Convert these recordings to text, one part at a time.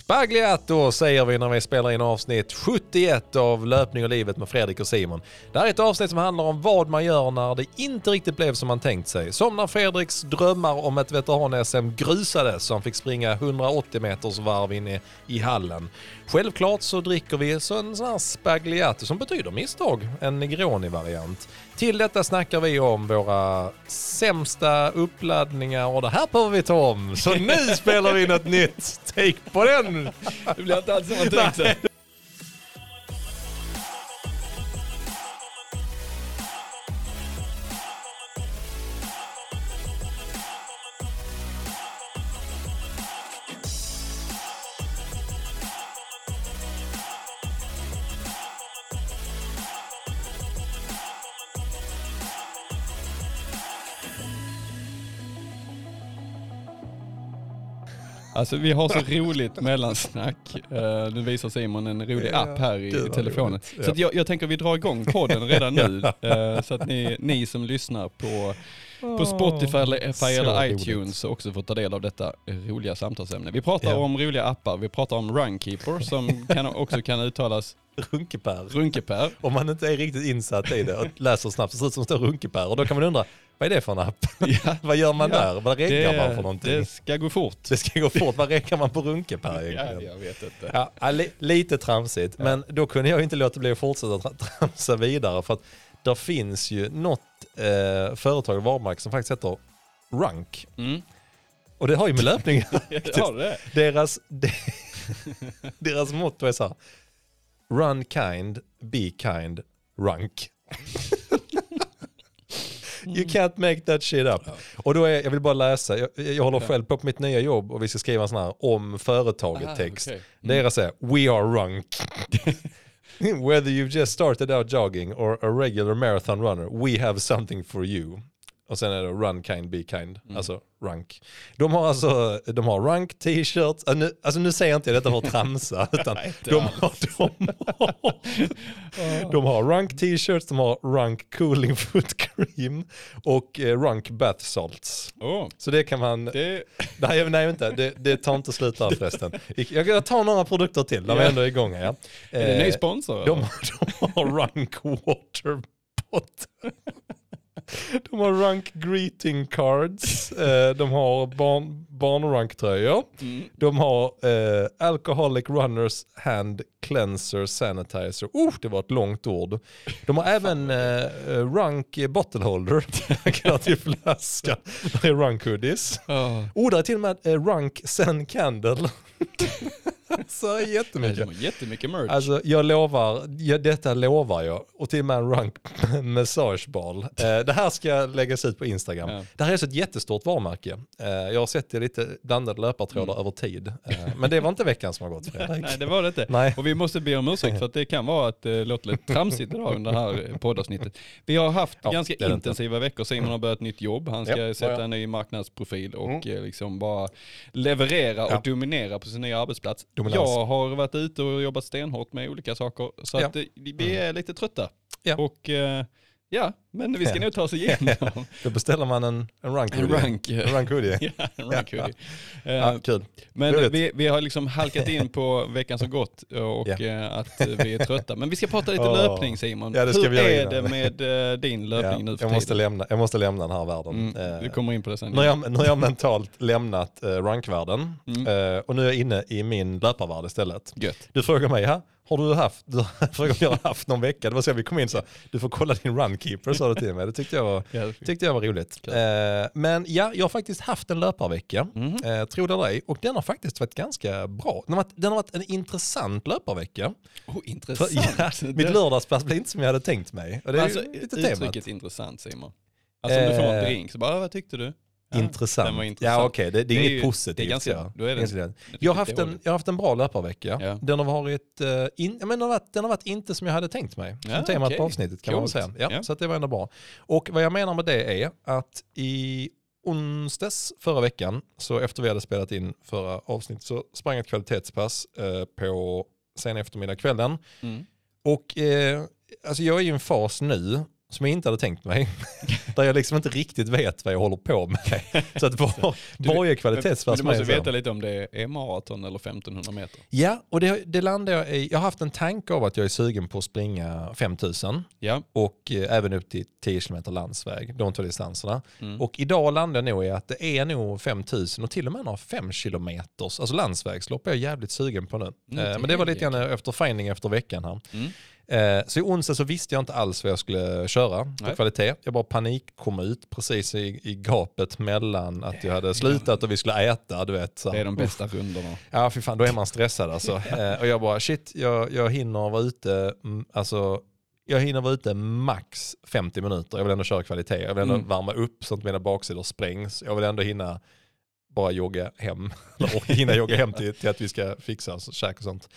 Spagliato säger vi när vi spelar in avsnitt 71 av Löpning och livet med Fredrik och Simon. Det här är ett avsnitt som handlar om vad man gör när det inte riktigt blev som man tänkt sig. Som när Fredriks drömmar om ett veteran-SM grusades så han fick springa 180 meters varv in i hallen. Självklart så dricker vi så en sån här Spagliato som betyder misstag, en Negroni-variant. Till detta snackar vi om våra sämsta uppladdningar och det här behöver vi ta om. Så nu spelar vi något nytt. Take på den! Det blir inte alls som man tänkt sig. Alltså vi har så roligt mellansnack. Nu visar Simon en rolig app här i telefonen. Så att jag tänker att vi drar igång podden redan nu. Så att ni som lyssnar på Spotify eller iTunes också får ta del av detta roliga samtalsämne. Vi pratar om roliga appar. Vi pratar om Runkeeper som också kan uttalas Runkepär. Om man inte är riktigt insatt i det och läser snabbt så ser det ut som står Runkepär. Och då kan man undra, vad är det för en app? Ja. Vad gör man där? Vad reggar man för någonting? Det ska gå fort. Det ska gå fort. Vad reggar man på Runkepär egentligen? Ja, jag vet inte. Ja, lite tramsigt. Ja. Men då kunde jag inte låta bli att fortsätta tramsa vidare. För att det finns ju något företag och varumärke som faktiskt heter Runk. Mm. Och det har ju med löpning. Deras motto är så här: Run kind, be kind, Runk. You can't make that shit up. Och då jag vill bara läsa, jag håller själv på mitt nya jobb och vi ska skriva en sån här om företaget text. Okay. Deras är, we are Runk. Whether you've just started out jogging or a regular marathon runner, we have something for you. Och sen är det run kind, be kind. Alltså Runk. De har Runk t-shirts. Alltså nu säger jag inte detta för att tramsa. Utan de har Runk t-shirts, de har Runk cooling foot cream och Runk bath salts. Så det kan man... Nej, inte. Det tar inte slut där förresten. Jag tar några produkter till när vi ändå är igång här. Är det ny sponsor? De har Runk waterpot. De har Runk greeting cards. De har barnrunk-tröjor. De har alcoholic runners hand cleanser sanitizer. Det var ett långt ord. De har även Runk bottle holder. Kan till flaskan. Det är Runk hoodies. Där är till och med Runk sen candle. Så jättemycket merch. Alltså detta lovar jag. Och till och med en Runk massageball. Det här ska läggas ut på Instagram. Ja. Det här är så ett jättestort varumärke. Jag har sett det lite blandade löpartrådar över tid. Men det var inte veckan som har gått, Fredrik. Nej, det var det inte. Nej. Och vi måste be om ursäkt för att det kan vara att det låter lite tramsigt idag under det här poddavsnittet. Vi har haft ganska intensiva veckor. Simon har börjat ett nytt jobb. Han ska sätta en ny marknadsprofil och liksom bara leverera och dominera på sin nya arbetsplats. Jag har varit ute och jobbat stenhårt med olika saker så att vi är lite trötta. Ja. Och men vi ska nog ta oss igenom. Då beställer man en Runk hoodie. En Runk hoodie. Ja, en Runk hoodie. Kul. Men vi har liksom halkat in på veckan som gått och att vi är trötta. Men vi ska prata lite löpning, Simon. Ja, hur är det med din löpning nu för jag måste lämna den här världen. Vi kommer in på det sen. Nu har jag mentalt lämnat Runk-världen och nu är jag inne i min löparvärld istället. Gött. Du frågar mig, har du har haft någon vecka? Det var så vi kom in så du får kolla din Runkeeper, sa du till mig. Det tyckte jag var roligt. Men jag har faktiskt haft en löparvecka, tror det eller ej. Och den har faktiskt varit ganska bra. Den har varit en intressant löparvecka. Intressant. Mitt lördagspass blev inte som jag hade tänkt mig. Och det är lite uttrycket intressant, Simon. Alltså om du får en drink så bara, vad tyckte du? Intressant. Ja, okej. Det är inget positivt. Det är ganska, då är det, jag har haft en bra löparvecka. Ja. Den har varit inte som jag hade tänkt mig. Som temat på avsnittet kan man säga. Ja. Så att det var ändå bra. Och vad jag menar med det är att i onsdags förra veckan, så efter vi hade spelat in förra avsnittet, så sprang ett kvalitetspass på sen eftermiddag kvällen. Och alltså jag är i en fas nu som jag inte hade tänkt mig. Där jag liksom inte riktigt vet vad jag håller på med. Så att varje kvalitetspass. Du måste veta lite om det är maraton eller 1500 meter. Ja, och det landar jag i. Jag har haft en tanke av att jag är sugen på att springa 5000. Ja. Och även upp till 10 km landsväg. De 2 distanserna. Och idag landar jag nog i att det är nog 5000 och till och med några 5 kilometers. Alltså landsvägslopp är jag jävligt sugen på nu. Men det var lite grann efter finding efter veckan här. Så i onsdag så visste jag inte alls vad jag skulle köra på kvalitet. Jag bara panik kom ut precis i gapet mellan att jag hade slutat och vi skulle äta, du vet. Så. Det är de bästa rundorna. Ja, för fan, då är man stressad alltså. Och jag bara, shit, jag hinner vara ute, alltså jag hinner vara ute max 50 minuter. Jag vill ändå köra kvalitet. Jag vill ändå värma upp så att mina baksidor sprängs. Jag vill ändå hinna bara jogga hem. Och hinna jogga hem till att vi ska fixa oss, käk och sånt.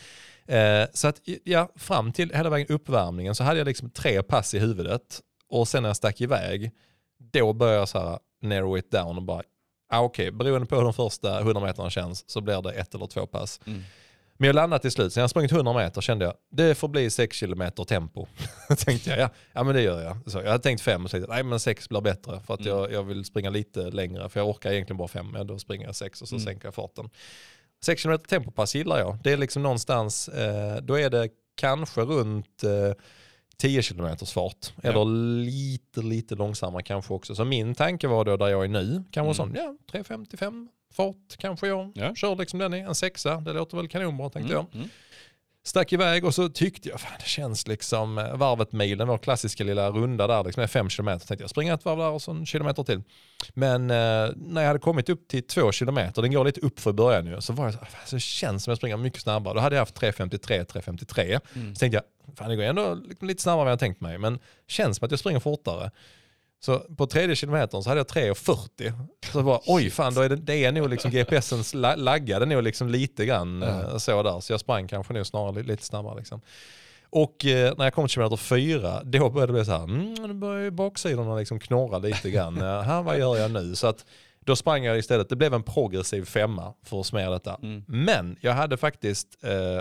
Så att ja, fram till hela vägen uppvärmningen så hade jag liksom 3 pass i huvudet. Och sen när jag stack iväg, då började jag så här narrow it down och bara, okej, beroende på hur de första 100 meterna känns så blir det 1 eller 2 pass. Men jag landade till slut, så jag sprungit 100 meter kände jag, det får bli 6 kilometer tempo. Tänkte jag, ja men det gör jag. Så jag hade tänkt 5 och tänkte, nej men 6 blir bättre för att jag vill springa lite längre. För jag orkar egentligen bara 5, men då springer jag 6 och så sänker jag farten. 6 km tempopass gillar jag. Det är liksom någonstans, då är det kanske runt 10 km fart. Eller lite långsammare kanske också. Så min tanke var då där jag är nu, kanske sån, 3.55 fart kanske jag. Kör liksom den i en 6:a. Det låter väl kanonbra tänkte jag. Stack iväg och så tyckte jag, fan, det känns liksom varvet milen, vår klassiska lilla runda där liksom är 5 kilometer. Tänkte jag springer ett varv där och så en kilometer till. Men när jag hade kommit upp till 2 kilometer, den går lite upp för början nu, så var jag så det känns som jag springer mycket snabbare. Då hade jag haft 3.53. Så tänkte jag, fan det går ändå lite snabbare än jag tänkt mig, men känns som att jag springer fortare. Så på 3:e kilometern så hade jag 3.40. Så bara, oj fan, då är det är nog liksom GPSens laggade nog liksom lite grann så där. Så jag sprang kanske nu snarare lite snabbare liksom. Och när jag kom till kilometer 4, då började det bli så här, nu börjar ju baksidorna liksom knorra lite grann. Vad gör jag nu? Så att då sprang jag istället, det blev en progressiv 5 för att smera detta. Men jag hade faktiskt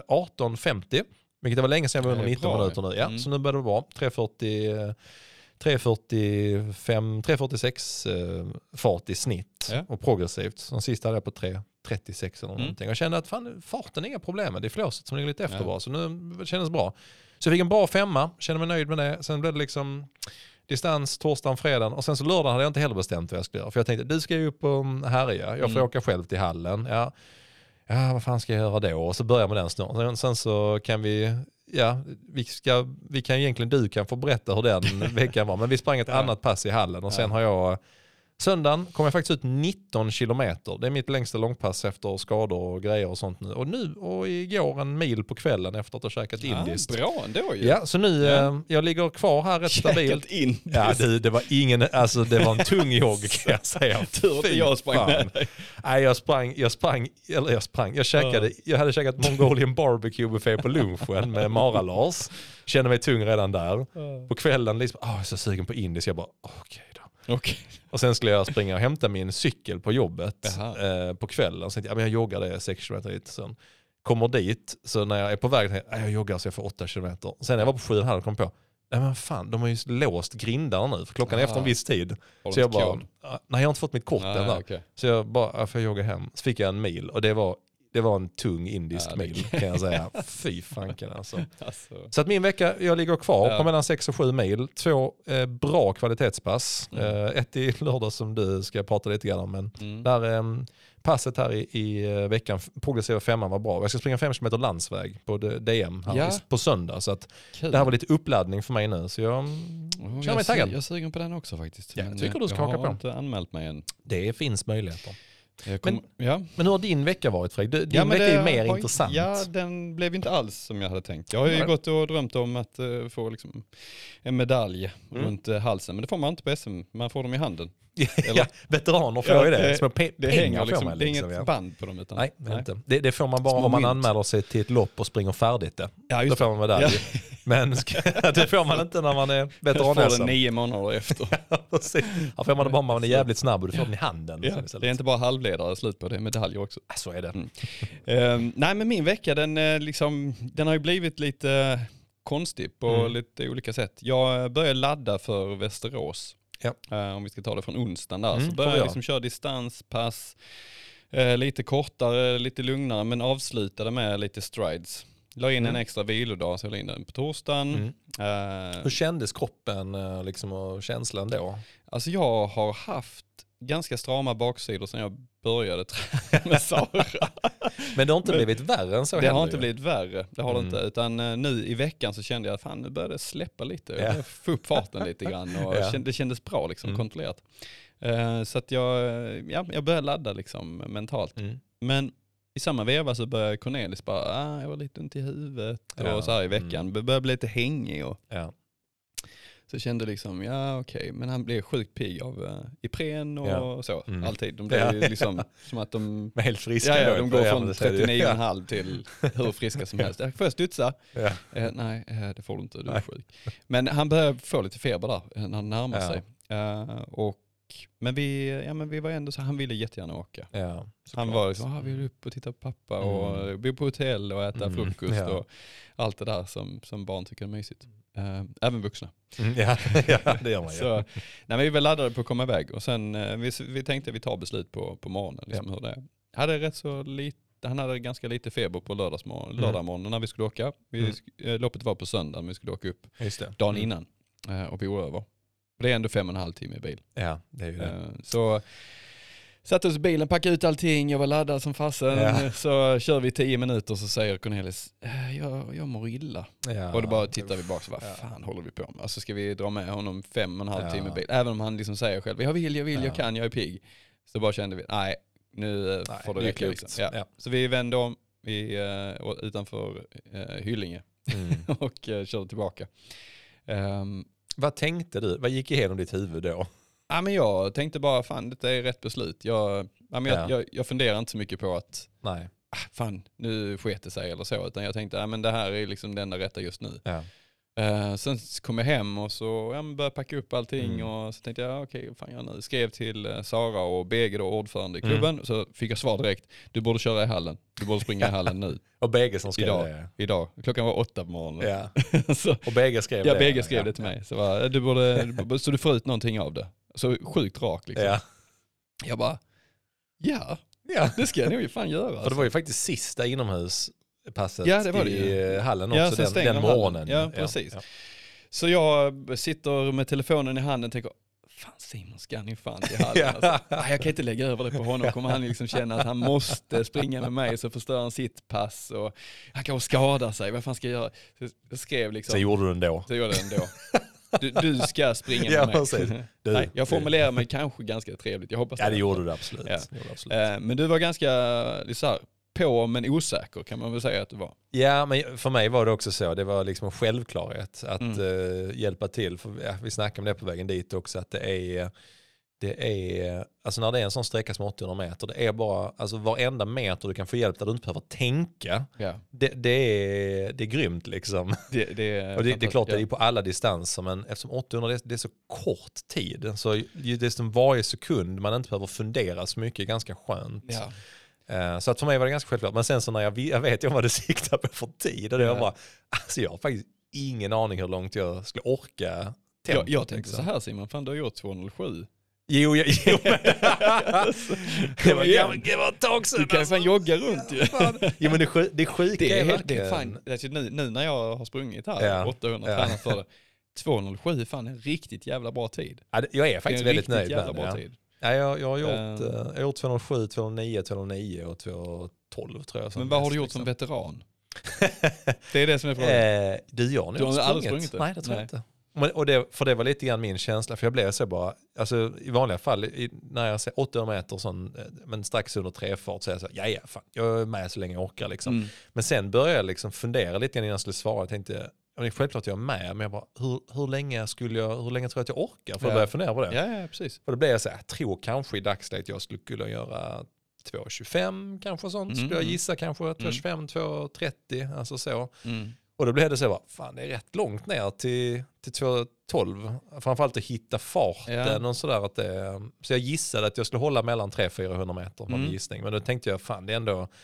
18.50, vilket var länge sedan jag var under 19 minuter nu. Ja, så nu började det vara 3.46 fart i snitt och progressivt. Som sist hade jag på 3.36 eller någonting. Jag kände att fan, farten är inga problem med. Det är flåset som ligger lite efter bara. Så nu kändes bra. Så jag fick en bra 5, kände mig nöjd med det. Sen blev det liksom distans torsdagen, fredagen. Och sen så lördagen hade jag inte heller bestämt vad jag skulle göra. För jag tänkte, du ska ju upp och härja. Jag får åka själv till hallen. Ja, vad fan ska jag göra då? Och så börjar med den snart. Sen så kan vi... Ja, vi kan egentligen, du kan få berätta hur den veckan var. Men vi sprang ett annat pass i hallen och sen har jag, söndagen kom jag faktiskt ut 19 kilometer. Det är mitt längsta långpass efter skador och grejer och sånt nu. Och igår en mil på kvällen efter att ha käkat indiskt. Bra ändå ju. Ja, så nu jag ligger kvar här rätt stabilt. Ja, det var ingen, alltså det var en tung jogg kan jag säga. Tur att jag sprang med dig. Nej, jag hade käkat Mongolian barbecue buffé på lunchen med Mara-Lars. Kände mig tung redan där. På kvällen liksom, jag är så sugen på indiskt. Jag bara, okej då. Okay. Och sen skulle jag springa och hämta min cykel på jobbet på kvällen. Så tänkte jag joggar det 6 km dit. Sen kommer dit, så när jag är på väg tänkte jag joggar så jag får 8 km. Sen när jag var på 7,5 kom på, men fan, de har ju låst grindarna nu för klockan är efter en viss tid. Så jag bara, nej jag har inte fått mitt kort än där. Okay. Så jag bara, får jag jogga hem. Så fick jag en mil och det var en tung indisk mil kan jag säga. Fy fanken alltså. Så att min vecka, jag ligger kvar på mellan 6 och 7 mil. 2 bra kvalitetspass. Ett i lördag som du ska prata lite grann om. Men där passet här i veckan, progressiva 5 var bra. Jag ska springa 5 km landsväg på DM här på söndag. Så att det här var lite uppladdning för mig nu. Så jag känner mig taggad. Jag är sugen på den också faktiskt. Ja, jag tycker du ska haka på. Jag har inte anmält mig än. Det finns möjligheter. Men hur har din vecka varit, Fredrik? Din vecka är ju mer intressant. Ja, den blev inte alls som jag hade tänkt. Jag har ju gått och drömt om att få liksom en medalj runt halsen. Men det får man inte på SM. Man får dem i handen. Ja, veteraner får ju det. Det hänger liksom, det är inget band på dem. Utan, nej. Inte. Det får man bara om man anmäler sig till ett lopp och springer färdigt det. Ja, just då får man medalj. Ja. Men det får man inte när man är veteran. Får den 9 månader efter. Här får man det bara om man är jävligt snabb och du får den i handen. Ja, det är inte bara halvledare slut på det, medaljer också. Så är det. Nej, men min vecka den har ju blivit lite konstig på lite olika sätt. Jag började ladda för Västerås. Ja. Om vi ska ta det från onsdagen där. Så började jag liksom köra distanspass. Lite kortare, lite lugnare, men avslutade med lite strides. La in en extra vilodag, så jag la in den på torsdagen. Hur kändes kroppen liksom, och känslan då? Alltså jag har haft ganska strama baksidor sedan jag började träna med Sara. Men det har inte blivit värre än så? Det har inte blivit värre, det har det inte. Utan nu i veckan så kände jag att fan, nu började det släppa lite. Jag började få upp farten lite grann och det kändes bra liksom, kontrollerat. Så att jag började ladda liksom mentalt. Men i samma veva så började Cornelis bara, jag var lite ont i huvudet och så här i veckan. Började bli lite hängig och så jag kände liksom, okej. Men han blev sjukt pigg av Ipren och så. Alltid. De blev liksom som att de... helt friska. Ja, de går från 39,5 till hur friska som helst. Får jag studsa? Nej, det får du inte. Du är sjuk. Men han började få lite feber där när han närmade sig. Men vi var ändå så, han ville jättegärna åka. Han var liksom, vi vill upp och titta på pappa och bo på hotell och äta frukost och allt det där som barn tycker är mysigt. Även vuxna. Ja, det gör man ju. Så, vi var laddade på att komma iväg och sen vi tänkte vi tar beslut på morgonen. Liksom, hur det är. Han hade ganska lite feber på lördagmorgonen när vi skulle åka. Loppet var på söndag, men vi skulle åka upp dagen innan och bo över. Det är ändå 5,5 timme i bil. Ja, det är ju det. Så satte oss i bilen, packade ut allting. Jag var laddad som fasen. Så kör vi 10 minuter så säger Cornelis, jag mår illa. Och då bara tittar vi bak så vad fan håller vi på med? Alltså ska vi dra med honom 5,5 timme i bil? Även om han liksom säger själv, jag vill, jag kan, jag är pigg. Så bara kände vi, nej, nu får det räcka. Liksom. Så vi vände om utanför Hyllinge och körde tillbaka. Vad tänkte du? Vad gick igenom ditt huvud då? Ja, men jag tänkte bara, fan, det är rätt beslut. Jag funderar inte så mycket på att fan, nu sket det sig eller så. Utan jag tänkte, men det här är liksom det enda rätta just nu. Sen kom jag hem och så började packa upp allting. Och så tänkte jag, okej, fan jag nu. Skrev till Sara och BG då, ordförande i klubben. Så fick jag svar direkt. Du borde köra i hallen. Du borde springa i hallen nu. Och BG som skrev det? Idag. Klockan var 8 på morgonen. Så, och BG skrev det? Ja, BG skrev det till mig. Så, så du får ut någonting av det. Så sjukt rak liksom. Jag bara, det ska jag nog fan göra. För det var ju faktiskt sista inomhuspasset det var det i hallen också den morgonen. Ja, precis. Så jag sitter med telefonen i handen och tänker, fan Simon ska ni fan till hallen. Alltså. Jag kan inte lägga över det på honom. Kommer han liksom känna att han måste springa med mig så förstör han sitt pass och han kan skada sig. Vad fan ska jag göra? Så jag skrev liksom. Så gjorde du ändå. Du ska springa med mig. Nej, jag formulerar mig kanske ganska trevligt. Jag hoppas det gjorde du absolut. Men du var ganska så här, på men osäker kan man väl säga att du var. Ja, men för mig var det också så. Det var liksom en självklarhet att hjälpa till. För, vi snackade om det på vägen dit också. Att det är alltså när det är en sån sträcka som 800 meter. Det är bara, alltså varenda meter du kan få hjälp där du inte behöver tänka. Det är grymt liksom. Det är klart det är på alla distanser. Men eftersom 800 det är så kort tid. Så dessutom varje sekund man inte behöver fundera så mycket är ganska skönt. Så att för mig var det ganska självklart. Men sen så när jag vet vad det siktar på för tid. Och det var bara, alltså jag har faktiskt ingen aning hur långt jag skulle orka. Jag tänkte så här Simon, fan du har gjort 207. Jo. Det var ett tag sedan. Du kan fan jogga runt ju. Jo men det sjuka är fan. Alltså, nu när jag har sprungit här 800 tränat för det. 207 fan en riktigt jävla bra tid. Jag är faktiskt väldigt nöjd med bra tid. Ja, jag har gjort 207, 209 och 212 tror jag. Men vad har du gjort som veteran? Det är det som är frågan. Du har aldrig sprungit det? Nej, det tror jag inte. För det var lite grann min känsla, för jag blev så bara, alltså i vanliga fall när jag ser 800 meter sån, men strax under 3-fart så är jag så, fan, jag är med så länge jag orkar liksom. Men sen började jag liksom fundera lite grann innan jag skulle svara. Jag tänkte, självklart jag är med, men jag bara, hur länge tror jag att jag orkar? För att börja fundera på det. Ja, precis. Och då blev jag så här, jag tror kanske i dagsläget jag skulle kunna göra 2.25 kanske sånt. Skulle jag gissa kanske 2.25, 2.30, alltså så. Och då blev det så, fan det är rätt långt ner till 2.12. Framförallt att hitta farten och sådär. Så jag gissade att jag skulle hålla mellan 300-400 meter på min gissning. Men då tänkte jag, fan det är ändå,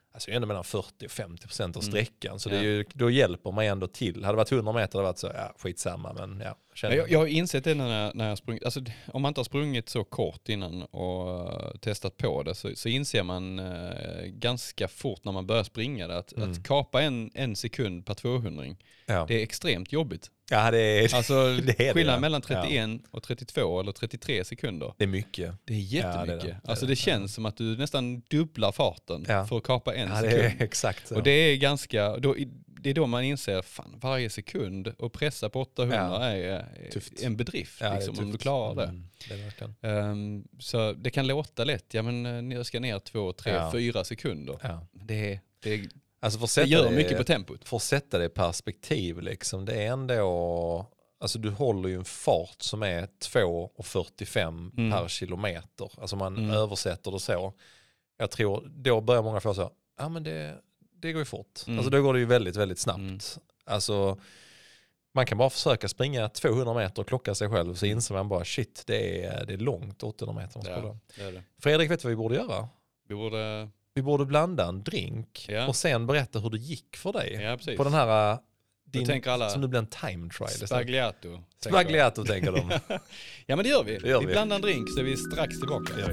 alltså ändå mellan 40 och 50% av sträckan. Så det är ju, då hjälper man ändå till. Hade det varit 100 meter, det varit så, skitsamma. Men jag har insett det när jag sprungit, alltså om man inte har sprungit så kort innan och testat på det så inser man ganska fort när man börjar springa det att kapa en sekund per 200, det är extremt jobbigt. Ja, det är alltså det är skillnaden mellan 31 och 32 eller 33 sekunder. Det är mycket. Det är jättemycket. Alltså det känns som att du nästan dubblar farten för att kapa en sekund. Det är exakt så. Och det är ganska, det är då man inser fan, varje sekund och pressa på 800 är en bedrift liksom, om du klarar det. Det är verkligen. Så det kan låta lätt, men jag ska ner 2, 3, 4 sekunder. Det alltså det gör mycket på tempot. För att sätta det i perspektiv liksom, det är ändå, alltså du håller ju en fart som är 2,45 per kilometer. Alltså man översätter det så. Jag tror, då börjar många få så, men det går ju fort. Alltså då går det ju väldigt, väldigt snabbt. Alltså man kan bara försöka springa 200 meter och klocka sig själv, så inser man bara, shit, det är långt 800 meter. Det är det. Fredrik, vet du vad vi borde göra? Vi borde blanda en drink och sen berätta hur det gick för dig. På den här som det blir en time trial. Spagliato tänker de. Ja, men det gör vi. Vi blandar en drink så är vi strax tillbaka. Hej.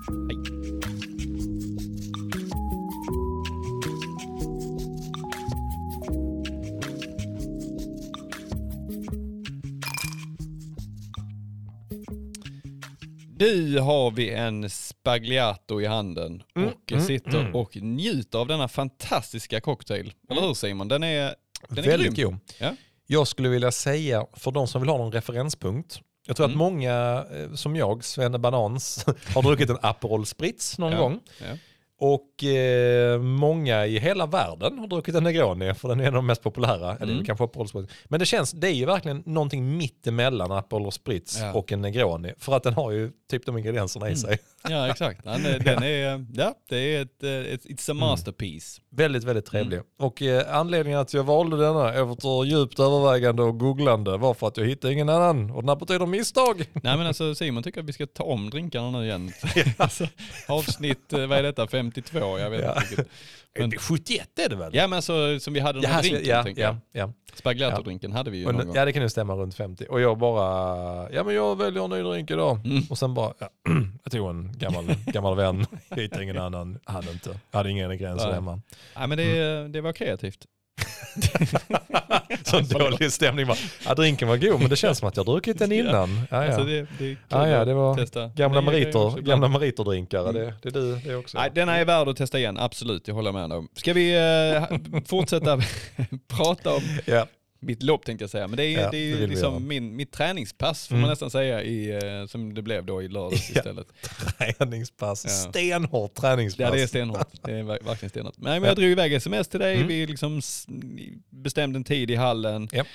Nu har vi en spagliato i handen och sitter och njuter av denna fantastiska cocktail. Eller hur, Simon? Den är väldigt grym. God. Ja? Jag skulle vilja säga, för de som vill ha någon referenspunkt, jag tror att många som jag, Svenne Banans, har druckit en Aperol Spritz någon gång. Ja. Och många i hela världen har druckit en Negroni, för den är de mest populära. Eller kanske Aperol Spritz. Men det är ju verkligen någonting mitt emellan Aperol Spritz och en Negroni. För att den har ju typ de ingredienserna i sig. Ja, exakt. Den är, det är it's a masterpiece. Väldigt, väldigt trevlig. Och anledningen att jag valde denna efter djupt övervägande och googlande var för att jag hittade ingen annan. Och den här betyder misstag. Nej, men alltså Simon tycker att vi ska ta om drinkarna nu igen. Alltså, avsnitt, vad är detta? 52, jag vet inte riktigt. Men 71 är det väl? Ja, men alltså, som vi hade den här drinken, tänker jag. Spagliato-drinken hade vi ju någon gång. Ja, det kan ju stämma runt 50. Och jag bara, men jag väljer en ny drink idag. Och sen bara, jag tog en gammal vän. Jag hittade ingen annan, hade ingen gränser hemma. Ja, men det var kreativt. Sån dålig stämning bara. Ja, drinken var god, men det känns som att jag druckit den innan. Alltså det var testa. Gamla meriterdrinkare. Det är det också. Nej, denna är värd att testa igen, absolut, jag håller med om. Ska vi fortsätta prata om mitt lopp, tänkte jag säga. Men det är ju liksom mitt träningspass, får man nästan säga, som det blev då i lördags istället. Träningspass, stenhårt träningspass. Ja, det är stenhårt. Det är verkligen stenhårt. Men jag drog iväg sms till dig, vi liksom bestämde en tid i hallen. Yep.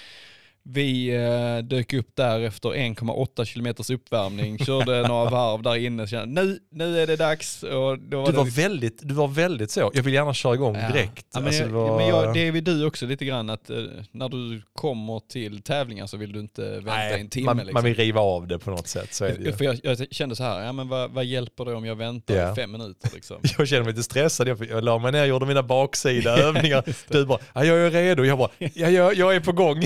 Vi dök upp där efter 1,8 kilometers uppvärmning, körde några varv där inne, kände, nu är det dags. Och då var du var väldigt så, jag vill gärna köra igång direkt. Ja, men det är väl du också lite grann, att när du kommer till tävlingar så vill du inte vänta en timme. Man vill riva av det på något sätt. Så är det ju. För jag kände så här, men vad hjälper det om jag väntar 5 minuter? Liksom? Jag kände mig lite stressad, jag la mig ner, gjorde mina baksida övningar. Du bara, jag är redo. Jag bara, jag är på gång.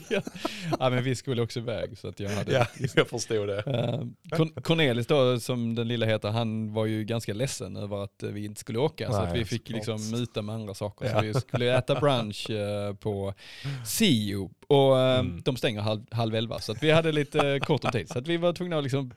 Ja, men vi skulle också iväg, så att jag hade... Ja, jag förstod det. Cornelis då, som den lilla heter, han var ju ganska ledsen över att vi inte skulle åka. Nej, så att vi fick liksom muta med andra saker. Ja. Så vi skulle äta brunch på CEO. Och de stänger 10:30, så att vi hade lite kort om tid. Så att vi var tvungna att liksom,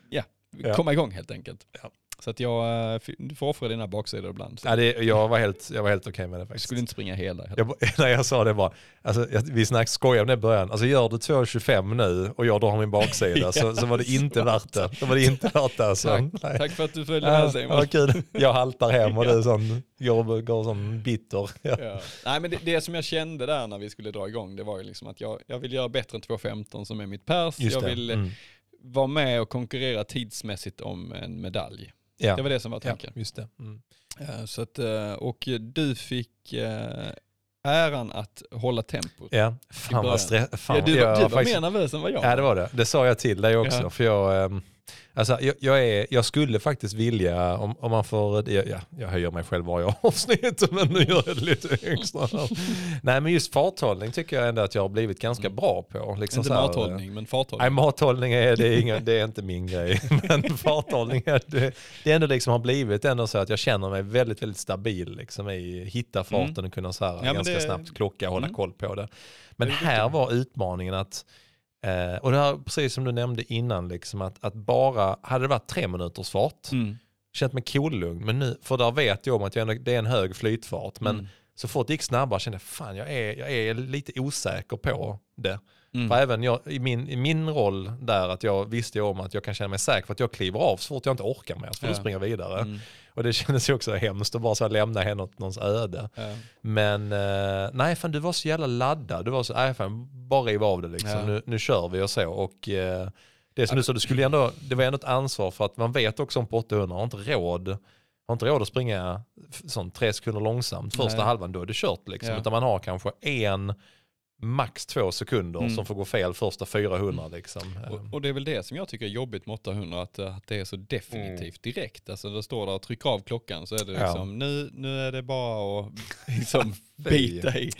komma igång helt enkelt. Ja. Så att du får offra dina baksidor ibland. Ja, jag var helt okej med det faktiskt. Jag skulle inte springa hela. Jag sa det bara, alltså, vi skojade om det i början. Alltså gör du 2,25 nu och jag drar min baksida så var det inte värt det. Så var det inte värt det. Alltså. Tack för att du följde med sig. Ja, kul. Jag haltar hem och du går sån bitter. Ja. Nej, men det som jag kände där när vi skulle dra igång, det var ju liksom att jag vill göra bättre än 2,15 som är mitt pers. Jag vill vara med och konkurrera tidsmässigt om en medalj. Ja. Det var det som var tanken. Ja, just det. Så att, och du fick äran att hålla tempot. Ja, fan vad du var mer nervös än vad jag. Ja, det var det. Det sa jag till dig också. Ja. För Alltså, jag skulle faktiskt vilja, om man får, jag höjer mig själv varje avsnitt, men nu gör jag det lite extra. Nej, men just farthållning tycker jag ändå att jag har blivit ganska bra på. Liksom inte mathållning, men farthållning. Nej, mathållning det är inte min grej. Men farthållning det ändå liksom har blivit ändå så att jag känner mig väldigt, väldigt stabil liksom, i hitta farten och kunna så här, ganska snabbt klocka och hålla koll på det. Men här var utmaningen att och det här, precis som du nämnde innan, liksom, att bara, hade det varit 3 minuters fart, känt mig cool-lugn, men nu, för där vet jag om att det är en hög flytfart, men så fort det gick snabbare kände jag, fan jag är lite osäker på det. För även jag, i min roll där, att jag visste om att jag kan känna mig säker för att jag kliver av så fort jag inte orkar mer, så får jag springa vidare. Och det kändes ju också hemskt att bara så lämna henne åt någons öde. Men nej, fan du var så jävla laddad. Du var så, nej fan, bara riva av det liksom. Nu kör vi och så. Och det som du sa, det var ändå ett ansvar, för att man vet också om på 800 har inte råd att springa sånt 3 sekunder långsamt. Första halvan då är det kört liksom. Utan man har kanske max 2 sekunder som får gå fel första 400 liksom. Och det är väl det som jag tycker är jobbigt med 800, att det är så definitivt direkt. Alltså det står där och tryck av klockan, så är det liksom nu är det bara att liksom bita i.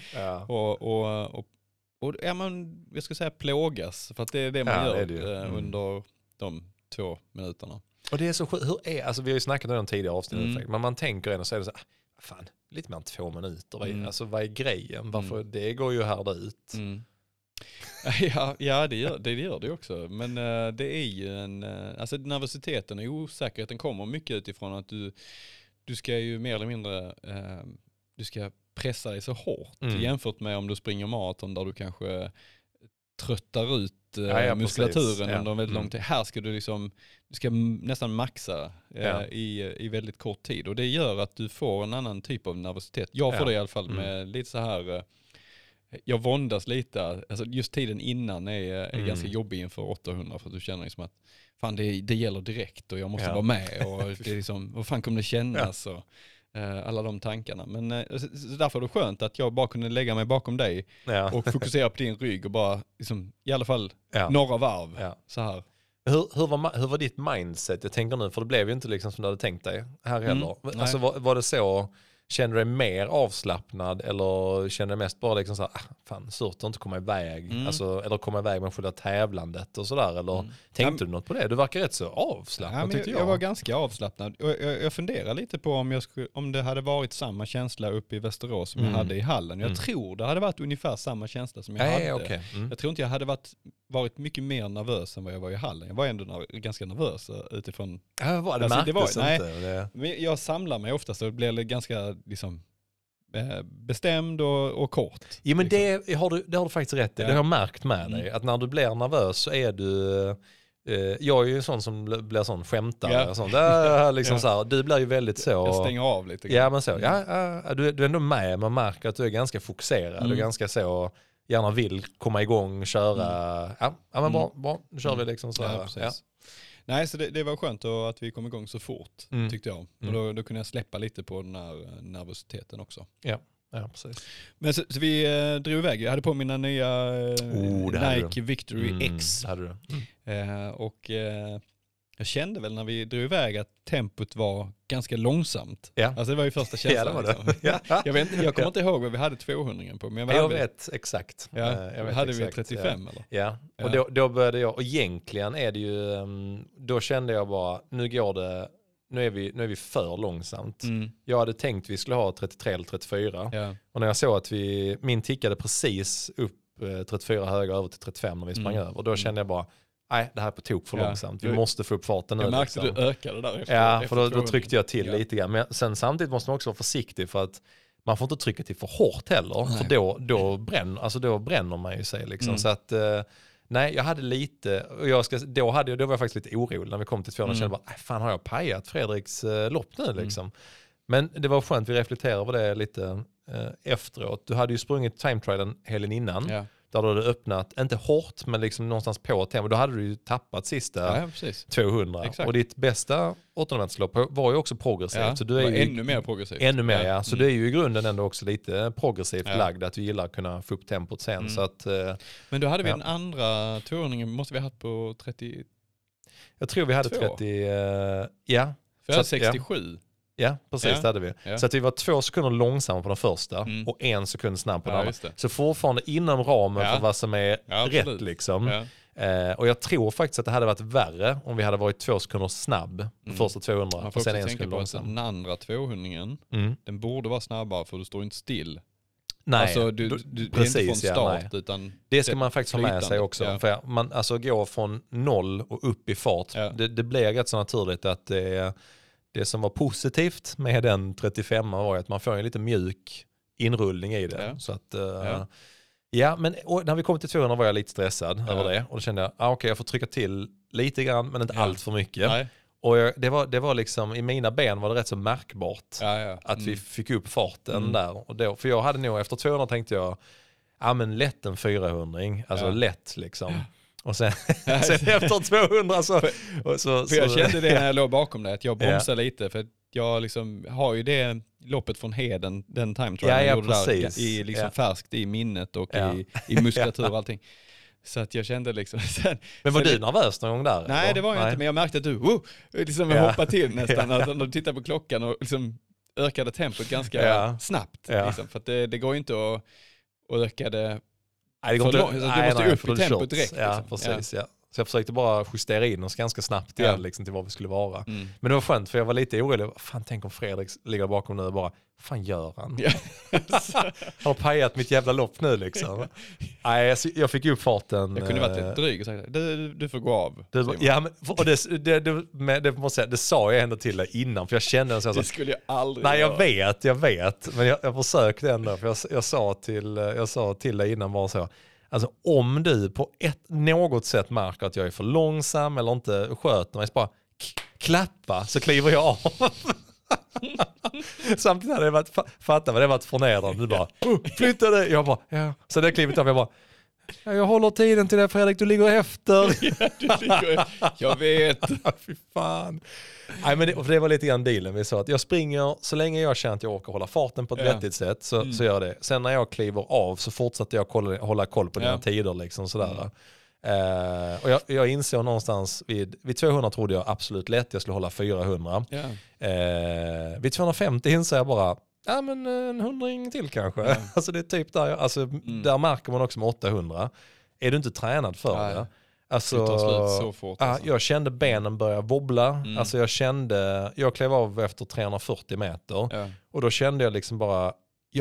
Och jag ska säga plågas, för att det är det man gör under de 2 minuterna. Och det är så alltså vi har ju snackat om den tidigare avsnittet, men man tänker ändå så är det så här, fan, lite mer än 2 minuter. Alltså vad är grejen? Varför det går ju här ut. Ja, det gör det också. Men det är ju alltså nervositeten och osäkerheten kommer mycket utifrån att du ska ju mer eller mindre du ska pressa dig så hårt jämfört med om du springer maraton där du kanske tröttar ut muskulaturen under en väldigt lång tid. Här ska du ska nästan maxa i väldigt kort tid, och det gör att du får en annan typ av nervositet. Jag får det i alla fall med lite så här, jag våndas lite, alltså just tiden innan är ganska jobbig inför 800, för att du känner liksom att fan det gäller direkt och jag måste vara med, och det är liksom, vad fan kommer det kännas och alla de tankarna. Men så därför är det skönt att jag bara kunde lägga mig bakom dig och fokusera på din rygg och bara liksom, i alla fall några varv så här. Hur var ditt mindset? Jag tänker nu, för det blev ju inte liksom som du hade tänkt dig här heller. Alltså var det så, kände du dig mer avslappnad eller kände du mest bara liksom så här, fan surt att inte komma iväg, alltså, eller komma iväg med själva tävlandet och sådär, eller tänkte du något på det? Du verkar rätt så avslappnad, tyckte jag. Jag var ganska avslappnad. Jag funderar lite på om det hade varit samma känsla uppe i Västerås som jag hade i hallen. Jag tror det hade varit ungefär samma känsla som jag hade. Okay. Jag tror inte jag hade varit mycket mer nervös än vad jag var i hallen. Jag var ändå ganska nervös utifrån. Men jag samlar mig ofta, så det blir ganska liksom bestämd och kort. Ja, men liksom. Det har du faktiskt rätt i. Det har jag märkt med dig. Att när du blir nervös så är du... jag är ju en sån som blir sån skämtare. Sånt. Liksom så här, du blir ju väldigt så... Jag stänger av lite. Ja, men så. Du är ändå med. Man märker att du är ganska fokuserad. Du är ganska så... Gärna vill komma igång, köra. Men bra. Nu kör vi liksom så här. Nej, så det var skönt att vi kom igång så fort, tyckte jag. Och då kunde jag släppa lite på den här nervositeten också. Ja, precis. Men så vi drog iväg. Jag hade på mina nya Nike Victory X. Och jag kände väl när vi drog iväg att tempot var ganska långsamt. Alltså det var ju första känslan. Jag kommer inte ihåg vad vi hade 200 på. Men jag vet exakt. Hade vi 35 eller? Ja, och då började jag. Och egentligen är det ju, då kände jag bara, nu är vi för långsamt. Jag hade tänkt vi skulle ha 33 eller 34. Och när jag såg att min tickade precis upp 34 höger över till 35 när vi sprang över. Och då kände jag bara, nej, det här är på tok för långsamt. Vi måste få upp farten nu. Jag märkte liksom. Du ökade där efter. Ja, för då tryckte jag till lite grann. Men sen samtidigt måste man också vara försiktig, för att man får inte trycka till för hårt heller. Nej. För då bränner man ju sig liksom. Så att nej, jag hade lite, och då var jag faktiskt lite orolig när vi kom till 200 och kände bara, fan har jag pajat Fredriks lopp nu liksom. Men det var skönt, vi reflekterade över det lite efteråt. Du hade ju sprungit time trialen helgen innan. Där du hade öppnat, inte hårt, men liksom någonstans på tempo. Då hade du ju tappat sista 200. Exakt. Och ditt bästa 800-meterslopp var ju också progressivt. Så du är ju ännu mer progressivt. Ännu mer, Så du är ju i grunden ändå också lite progressivt lagd, att du gillar att kunna få upp tempot sen. Så att, men då hade vi en andra 200, måste vi ha haft på 30... Jag tror vi hade 30... ja. För jag hade 67. Ja, precis, det hade vi. Ja. Så att vi var 2 sekunder långsamma på den första och 1 sekund snabb på den andra. Så fortfarande inom ramen för vad som är rätt liksom. Ja. Och jag tror faktiskt att det hade varit värre om vi hade varit 2 sekunder snabb på första 200 och sen 1 sekund långsam. Den andra 200 den borde vara snabbare för du står inte still. Nej, alltså, du precis, är inte från start utan det ska man faktiskt ha med sig också. Ja. För man alltså går från 0 och upp i fart. Ja. Det blir rätt så naturligt att det som var positivt med den 35 var att man får en lite mjuk inrullning i det. Ja. Så att, men när vi kom till 200 var jag lite stressad över det. Och då kände jag, okej, jag får trycka till lite grann men inte allt för mycket. Nej. Och det var liksom, i mina ben var det rätt så märkbart att vi fick upp farten där. Och då, för jag hade nog, efter 200 tänkte jag, men lätt en 400, alltså lätt liksom. Och sen efter 200 så... För jag kände det när jag låg bakom det, att jag bromsade lite, för att jag liksom har ju det loppet från Heden, den time trial jag gjorde där, i liksom färskt i minnet och i muskulatur och allting. Så att jag kände liksom... Men var du nervös någon gång där? Nej, det var jag inte, men jag märkte att du liksom hoppade till nästan. Alltså, när du tittar på klockan och liksom ökade tempot ganska snabbt. Liksom, för att det går ju inte att öka det... Nej, det går inte. Du måste upp i tempot direkt. Ja, liksom. Precis, Så jag försökte bara justera in oss ganska snabbt igen liksom, till vad vi skulle vara. Men det var skönt, för jag var lite orolig. Fan, tänk om Fredrik ligger bakom nu och bara, fan gör han? Han har pajat mitt jävla lopp nu liksom. Nej, jag fick upp farten. Jag kunde varit lite dryg och sagt, du får gå av. Det sa jag ändå till dig innan, för jag kände så. Det skulle jag aldrig göra. Jag vet. Men jag försökte ändå, för jag sa till dig innan bara så. Alltså om du på något sätt märker att jag är för långsam eller inte sköter mig, så bara klappa så kliver jag av. Samtidigt hade det varit, fatta vad det varit förnedrande. Du bara, flytta dig. Jag bara, Så det klivit av, jag bara, jag håller tiden till dig Fredrik, du ligger efter. Jag vet. Fy fan. Nej, men det var lite grann dealen. Vi sa att jag springer så länge jag känner att jag orkar hålla farten på ett vettigt sätt, så gör jag det. Sen när jag kliver av så fortsätter jag hålla koll på dina tider liksom sådär. Och jag insåg någonstans vid 200 trodde jag absolut lätt jag skulle hålla 400. Vid 250 insåg jag bara men en 100 till kanske. Alltså det är typ där, där märker man också med 800. Är du inte tränad för det? Alltså, så fort, alltså. Jag kände benen börja wobbla. Alltså jag klev av efter 340 meter. Och då kände jag liksom bara, jag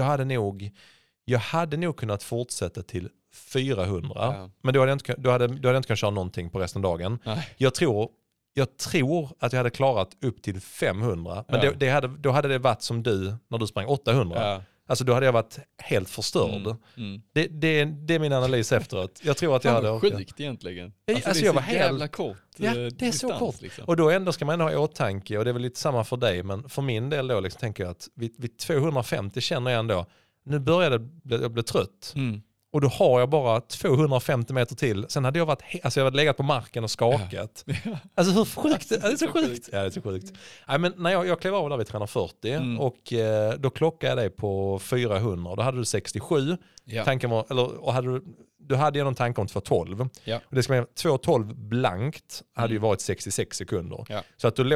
hade nog kunnat fortsätta till 400. Men då hade jag inte kunnat köra någonting på resten av dagen. Jag tror att jag hade klarat upp till 500. Men då hade det varit som du när du sprang 800. Alltså då hade jag varit helt förstörd. Det är min analys efteråt. Jag tror att jag hade... sjukt egentligen. Alltså det är så jävla kort. Ja, det är så kort. Liksom. Och då ändå ska man ändå ha i åtanke, och det är väl lite samma för dig, men för min del då liksom, tänker jag att vid 250 känner jag ändå, nu börjar jag bli trött. Och då har jag bara 250 meter till. Sen hade jag varit legat på marken och skakat. Alltså hur sjukt? Det är så sjukt. Ja, det är så sjukt. Nej, men när jag klev av där vid 340 och då klockade jag dig på 400 och då hade du 67. Tanken var, du hade någon tanke om 212. Och det ska man 212 blankt hade ju varit 66 sekunder. Så att du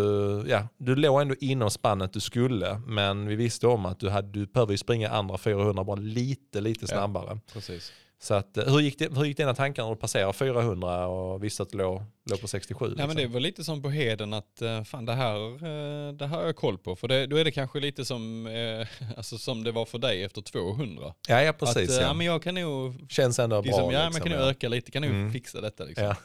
låg ändå inom spannet du skulle, men vi visste om att du behöver springa andra 400 bara lite snabbare. Precis. Så att, hur gick dina tankar när du passerade 400 och visste att du låg på 67? Liksom? Ja, men det var lite som på Heden att fan det här har jag koll på. För då är det kanske lite som det var för dig efter 200. Ja, precis. Att, men jag kan nog... Känns ändå liksom, bra. Man kan nog öka lite, kan nog fixa detta liksom. Ja.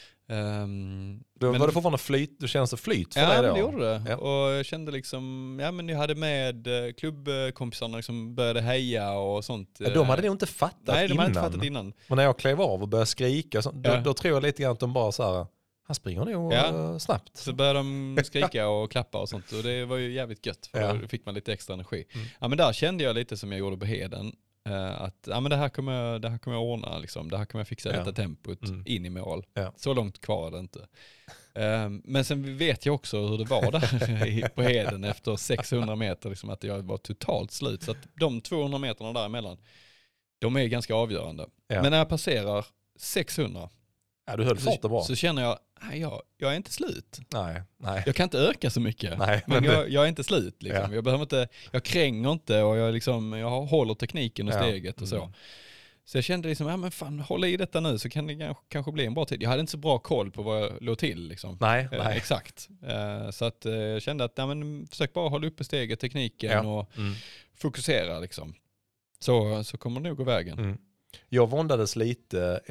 Då var det fortfarande flyt, du kände så flyt för dig då? Ja, det gjorde det. Ja. Och jag kände liksom, men jag hade med klubbkompisarna som började heja och sånt. Ja, de hade nog inte fattat innan. Nej, de hade inte fattat innan. Men när jag klev av och började skrika, då tror jag lite grann att de bara så här, han springer nog snabbt. Så började de skrika och klappa och sånt, och det var ju jävligt gött, för då fick man lite extra energi. Ja, men där kände jag lite som jag gjorde på Heden. Att men det här kommer jag ordna liksom. Det här kommer jag fixa detta tempot in i mål. Så långt kvar är det inte. Men sen vet jag också hur det var där på Heden efter 600 meter liksom, att jag var totalt slut. Så att de 200 meterna däremellan, de är ganska avgörande. Men när jag passerar 600 Ja, du höll farten bra. Så känner jag är inte slut. Nej. Jag kan inte öka så mycket. Nej, men jag är inte slut. Liksom. Jag kränger inte och jag håller tekniken och steget och så. Så jag kände liksom, håll i detta nu så kan det kanske bli en bra tid. Jag hade inte så bra koll på vad jag låg till. Liksom. Nej. Exakt. Så att jag kände att försök bara hålla uppe steget, tekniken och fokusera. Liksom. Så kommer det nog gå vägen. Mm. Jag våndades lite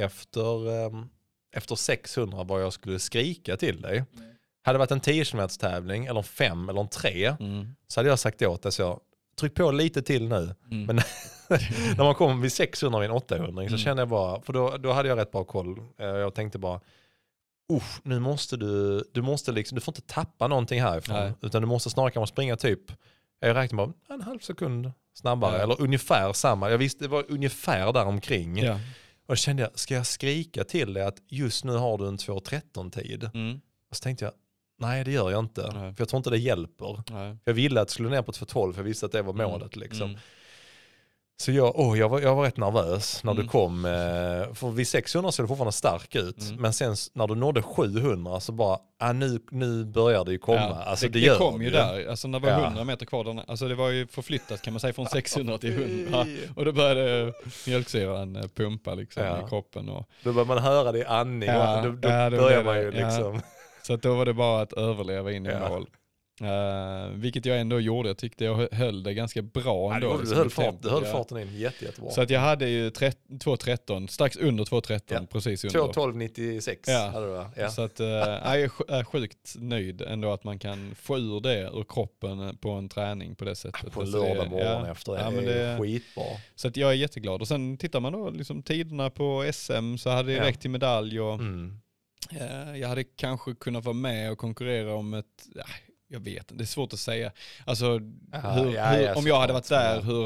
efter 600 vad jag skulle skrika till dig. Hade det varit en 10-kilometerstävling eller en 5 eller en 3 så hade jag sagt åt dig så tryck på lite till nu. Men när man kommer vid 600 vid en 800 så kände jag bara, för då hade jag rätt bra koll. Jag tänkte bara, nu måste du måste liksom, du får inte tappa någonting härifrån. Utan du måste snarare kanske springa typ, jag räknar bara en halv sekund snabbare. Eller ungefär samma. Jag visste det var ungefär där omkring. Ja. Och då kände jag, ska jag skrika till dig att just nu har du en 2.13 tid? Och så tänkte jag, nej det gör jag inte. För jag tror inte det hjälper. Jag ville att det skulle ner på 2.12 för jag visste att det var målet liksom. Så jag var rätt nervös när du kom. För vid 600 så det fortfarande stark ut. Men sen när du nådde 700 så bara, nu börjar det ju komma. Ja, alltså, det kom ju där. Alltså när det var 100 meter kvar. Alltså det var ju förflyttat kan man säga från 600 till 100. Och då började mjölksyran pumpa liksom i kroppen. Och då börjar man höra det i andning. Då börjar man ju liksom. Ja. Så att då var det bara att överleva in i mål. Vilket jag ändå gjorde. Jag tyckte jag höll det ganska bra ändå. Du höll farten in jättebra. Så att jag hade ju 2.13, strax under 2.13, precis under. 2.12.96 hade du va? Ja. Så att jag är sjukt nöjd ändå att man kan få ur det ur kroppen på en träning på det sättet. På lördag morgon efter det är skitbra. Så att jag är jätteglad. Och sen tittar man då liksom tiderna på SM så hade det räckt till medalj och jag hade kanske kunnat vara med och konkurrera om ett... Jag vet inte, det är svårt att säga. Alltså, om jag hade varit där, hur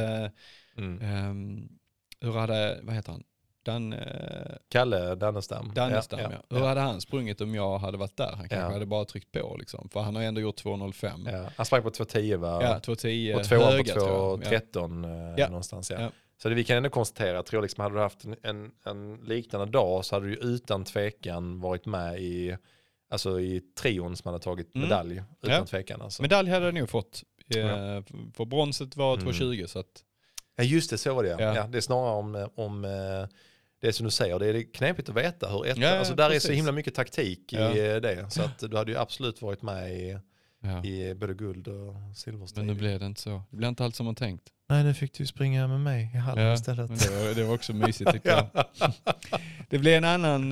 hade, vad heter han? Kalle Dannestam. Hur hade han sprungit om jag hade varit där? Han kanske hade bara tryckt på liksom. För han har ändå gjort 2.05. Ja. Han sprang på 2.10 va? Ja, 2.10. Och tvåan på 2.13 någonstans. Ja. Så vi kan ändå konstatera, jag tror liksom hade du haft en liknande dag så hade du utan tvekan varit med i trion som hade tagit medalj utan tvekan. Alltså. Medalj hade jag nog fått. För bronset var 2.20 så att... Ja just det, så var det ja. Det är snarare om det som du säger. Det är knepigt att veta hur alltså där precis. Är så himla mycket taktik i det. Så att du hade ju absolut varit med i både guld och silverstrid. Men nu blev det inte så. Det blev inte allt som man tänkt. Nej, nu fick du springa med mig i hallen istället. Det var också mysigt tycker jag. Det blev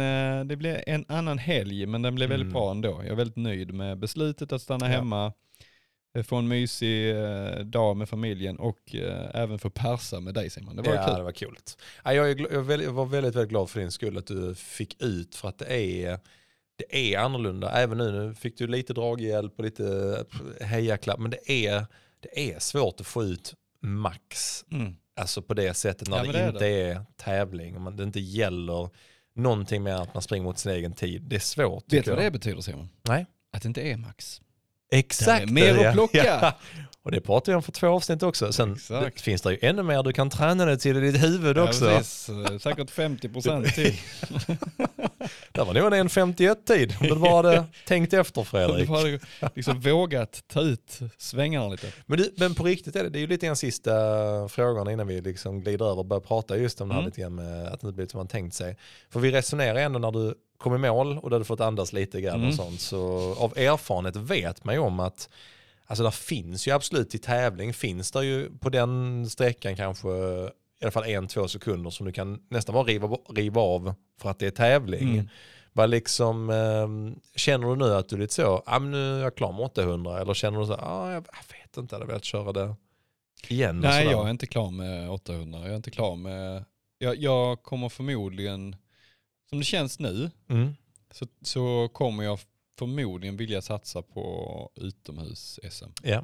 en annan helg, men den blev väldigt bra ändå. Jag är väldigt nöjd med beslutet att stanna hemma, få en mysig dag med familjen och även få persa med dig Simon. Det var kul. Det var kul. Jag var väldigt, väldigt glad för din skull att du fick ut för att det är annorlunda. Även nu fick du lite draghjälp och lite hejaklapp, men det är svårt att få ut max. Alltså på det sättet när det inte är tävling och det inte gäller någonting med att man springer mot sin egen tid. Det är svårt. Vet du vad det betyder Simon? Nej. Att det inte är max. Exakt. Det är mer att plocka. Ja. Och det pratar jag om för 2 avsnitt också. Sen finns det ju ännu mer du kan träna det till i ditt huvud också. Precis. Säkert 50% till. Det var nog en 51-tid. Om du bara hade tänkt efter Fredrik. Du hade liksom vågat ta ut svängarna lite. Men på riktigt är det är ju lite grann sista frågan innan vi liksom glider över och börjar prata just om det här lite grann med att det inte blivit som man tänkt sig. För vi resonerar ändå när du kom i mål och du hade fått andas lite grann och sånt. Så av erfarenhet vet man ju om att alltså där finns ju absolut till tävling finns det ju på den sträckan kanske i alla fall 1-2 sekunder som du kan nästan bara riva av för att det är tävling. Vad liksom, känner du nu att du är lite så, nu är jag klar med 800 eller känner du så, jag vet inte, jag hade velat köra det igen? Nej, jag är inte klar med 800. Jag är inte klar med, jag kommer förmodligen, som det känns nu, så kommer jag förmodligen vilja satsa på utomhus-SM. Ja.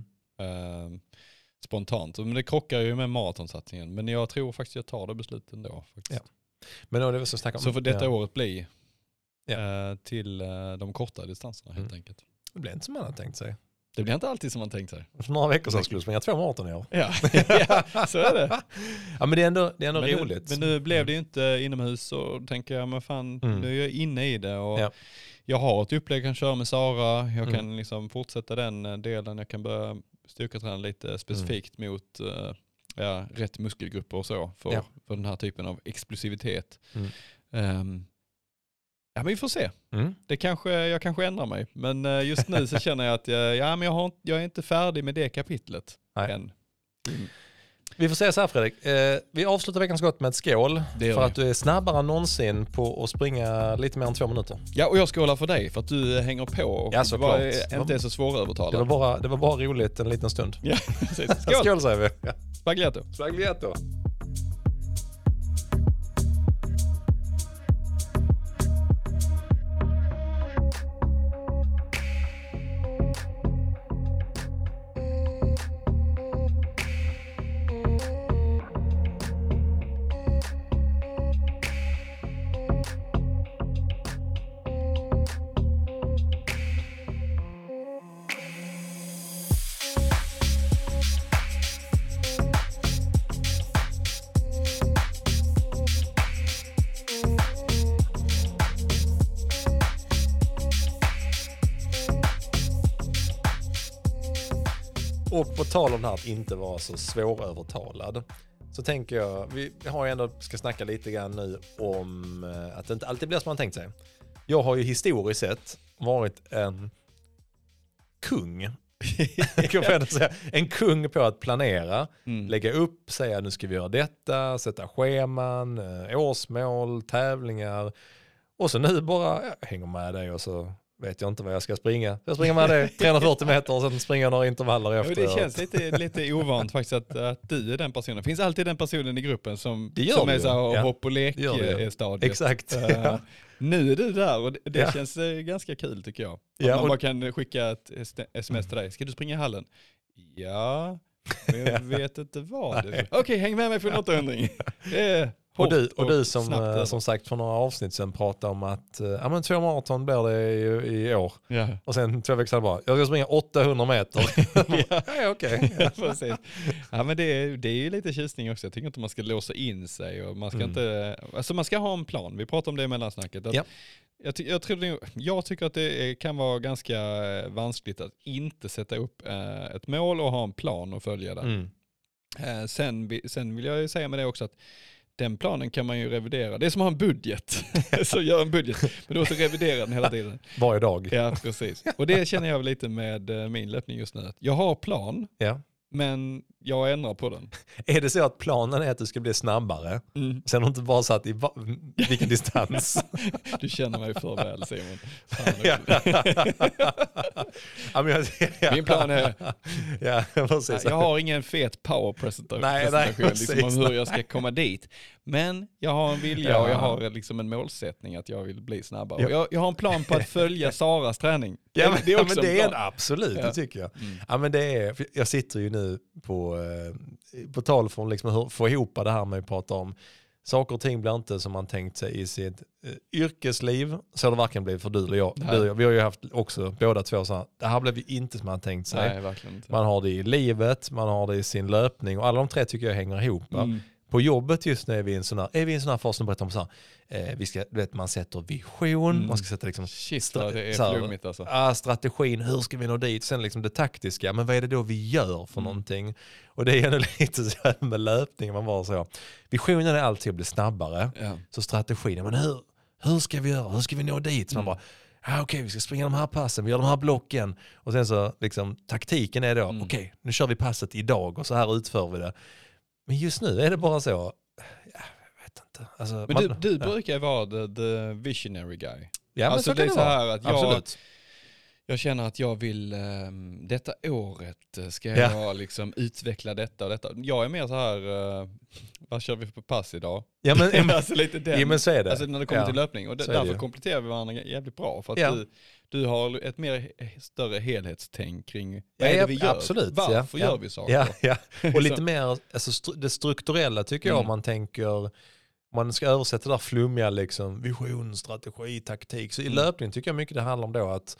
Spontant. Men det krockar ju med maratonsatsningen. Men jag tror faktiskt jag tar det beslutet ändå. Faktiskt. Ja. Men då, det var så för detta året bli till de korta distanserna helt enkelt. Det blir inte som man har tänkt sig. Det blir inte alltid som man tänkt sig. För några veckor sedan skulle du springa 2 maraton i år. Ja, så är det. Ja, men det är ändå roligt. Men nu blev det ju inte inomhus och tänker jag, men fan, nu är jag inne i det och jag har ett upplägg, jag kan köra med Sara, jag kan liksom fortsätta den delen, jag kan börja styrketräna lite specifikt mot rätt muskelgrupper och så för den här typen av explosivitet. Ja, men vi får se. Jag kanske ändrar mig. Men just nu så känner jag att jag är inte färdig med det kapitlet än. Vi får säga så här, Fredrik. Vi avslutar veckans gott med ett skål. För att du är snabbare än någonsin på att springa lite mer än 2 minuter. Ja, och jag skålar för dig för att du hänger på och inte är så svårövertalad. Det var bara roligt en liten stund. Ja, precis. Skål! Skål säger vi. Spagliato. Spagliato. Och på tal om det här att inte vara så svårövertalad, så tänker jag, vi har ju ändå ska snacka lite grann nu om att det inte alltid blir som man tänkt sig. Jag har ju historiskt sett varit en kung. En kung på att planera, lägga upp, säga nu ska vi göra detta, sätta scheman, årsmål, tävlingar. Och så nu bara hänger med dig och så vet jag inte vad jag ska springa. Jag springer med dig 340 meter och sen springer jag några intervaller efter. Det känns lite ovant faktiskt att du är den personen. Det finns alltid den personen i gruppen som är så här hopp och lek-stadiet. Exakt. Nu är du där och det känns ganska kul tycker jag. Ja, man bara kan skicka ett sms till dig. Ska du springa i hallen? Ja, men jag vet inte vad. Okej, häng med mig för en återhämtning. Och du som sagt för några avsnitt sen pratade om att 2 maraton blir det i år. Ja. Och sen 2 veckor bara, jag ska springa 800 meter. Okej. Precis. Ja, men det är ju lite tjusning också. Jag tycker inte man ska låsa in sig. Och man ska inte, alltså man ska ha en plan. Vi pratar om det i mellansnacket. Jag tycker att det kan vara ganska vanskligt att inte sätta upp ett mål och ha en plan och följa det. Sen vill jag ju säga med det också att den planen kan man ju revidera. Det är som att ha en budget. Så gör en budget. Men du måste revidera den hela tiden. Varje dag. Ja, precis. Och det känner jag lite med min löpning just nu. Jag har plan, men jag ändrar på den. Är det så att planen är att du ska bli snabbare? Sen har du inte bara satt i vilken distans? Du känner mig för väl, Simon. Min plan är... jag har ingen fet power-presentation liksom, om hur jag ska komma dit. Men jag har en vilja och jag har liksom en målsättning att jag vill bli snabbare. Och jag har en plan på att följa Saras träning. Det är absolut, det tycker jag. Ja, men det är, jag sitter ju nu på tal från liksom hur få ihop det här med att prata om saker och ting blir inte som man tänkt sig i sitt yrkesliv, så har det varken blivit för du eller jag. Vi har ju haft också båda två så här, det här blev ju inte som man tänkt sig. Nej, verkligen inte. Man har det i livet, man har det i sin löpning och alla de 3 tycker jag hänger ihop. På jobbet just nu är vi i en sån här fas som berättar om så här, man sätter vision, man ska sätta liksom flummigt alltså. Strategin, hur ska vi nå dit? Sen liksom det taktiska, men vad är det då vi gör för någonting? Och det är ändå lite så här med löpning, man bara så. Visionen är alltid att bli snabbare. Ja. Så strategin, men hur ska vi göra? Hur ska vi nå dit? Så man bara, okej, vi ska springa de här passen, vi gör de här blocken. Och sen så liksom taktiken är då, okej, nu kör vi passet idag och så här utför vi det. Men just nu är det bara så, jag vet inte. Alltså, men du brukar vara the visionary guy. Ja, alltså men så det är så här att jag känner att jag vill, detta året ska jag liksom utveckla detta och detta. Jag är mer så här, vad kör vi på pass idag? Ja, men, alltså lite den. Ja, men så är det. Alltså när det kommer till löpning. Och därför kompletterar vi varandra jävligt bra. För att du har ett mer större helhetstänk kring vad är det vi gör? Absolut. Varför gör vi saker? Ja. Och lite mer alltså, det strukturella tycker jag, om man tänker, man ska översätta det där flummiga liksom, vision, strategi, taktik. Så i löpning tycker jag mycket det handlar om då att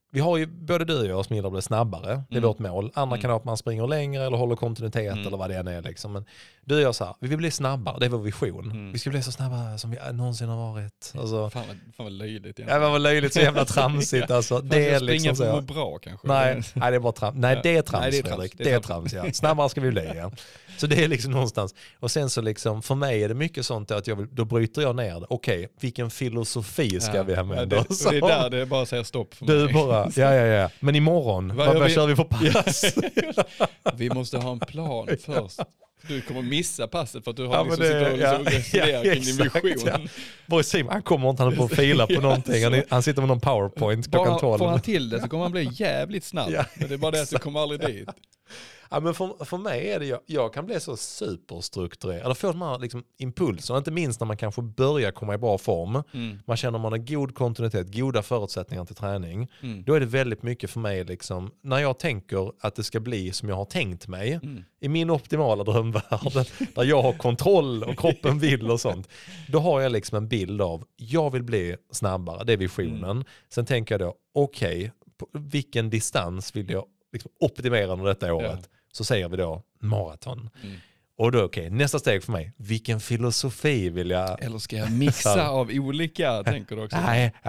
vi har ju både du och jag som gillar att bli snabbare. Det är vårt mål. Andra kan ha att man springer längre eller håller kontinuitet eller vad det än är. Liksom. Men du och jag så här, vi vill bli snabbare. Det är vår vision. Vi ska bli så snabba som vi någonsin har varit. Alltså, fan vad löjligt. Ja, vad löjligt, så jävla tramsigt. Alltså, det är liksom så. Bra kanske. Nej, det är bara trams. Nej, det är trams, Fredrik. Det är trams, ja. Snabbare ska vi bli, ja. Så det är liksom någonstans. Och sen så liksom, för mig är det mycket sånt att då bryter jag ner det. Okej, vilken filosofi ska vi ha med det är där det är bara att säga stopp för mig. Du bara, ja. Men imorgon, vad kör vi på pass? Vi måste ha en plan först. Du kommer missa passet för att du har liksom suttit och resonerat kring din vision. Boy Simon, han kommer inte på att fila på någonting. Han sitter med någon PowerPoint klockan 12. Får han till det så kommer han bli jävligt snabb. Men det är bara det att du kommer aldrig dit. Ja, men för mig är det, jag kan bli så superstrukturerad. Eller får man liksom impulser, inte minst när man kanske börjar komma i bra form. Man känner man har god kontinuitet, goda förutsättningar till träning. Då är det väldigt mycket för mig liksom, när jag tänker att det ska bli som jag har tänkt mig, i min optimala drömvärld, där jag har kontroll och kroppen vill och sånt. Då har jag liksom en bild av, jag vill bli snabbare, det är visionen. Sen tänker jag då, okej, vilken distans vill jag liksom optimera under detta året? Så säger vi då maraton. Och då nästa steg för mig, vilken filosofi vill jag... Eller ska jag mixa av olika, tänker du också? Nej, det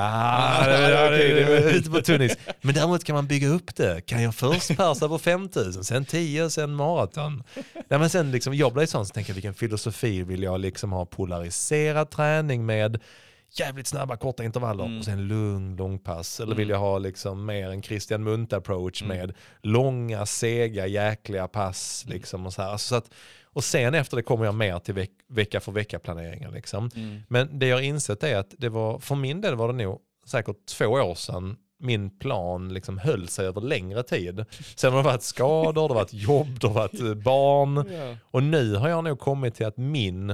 är ute på tunnis. Men däremot kan man bygga upp det. Kan jag först persa på 5000, sen 10, sen maraton? Nej, men sen liksom, jag blir sån, så tänker jag, vilken filosofi vill jag liksom ha? Polariserad träning med jävligt snabba korta intervaller och sen långpass. Eller vill jag ha liksom mer en Christian Munt approach med långa, sega, jäkliga pass liksom och så här. Alltså, så att, och sen efter det kommer jag mer till vecka för vecka planeringen liksom. Men det jag har insett är att det var, för min del var det nog säkert 2 år sedan min plan liksom höll sig över längre tid. Sen har det varit skador, det har varit jobb, det har varit barn. Och nu har jag nog kommit till att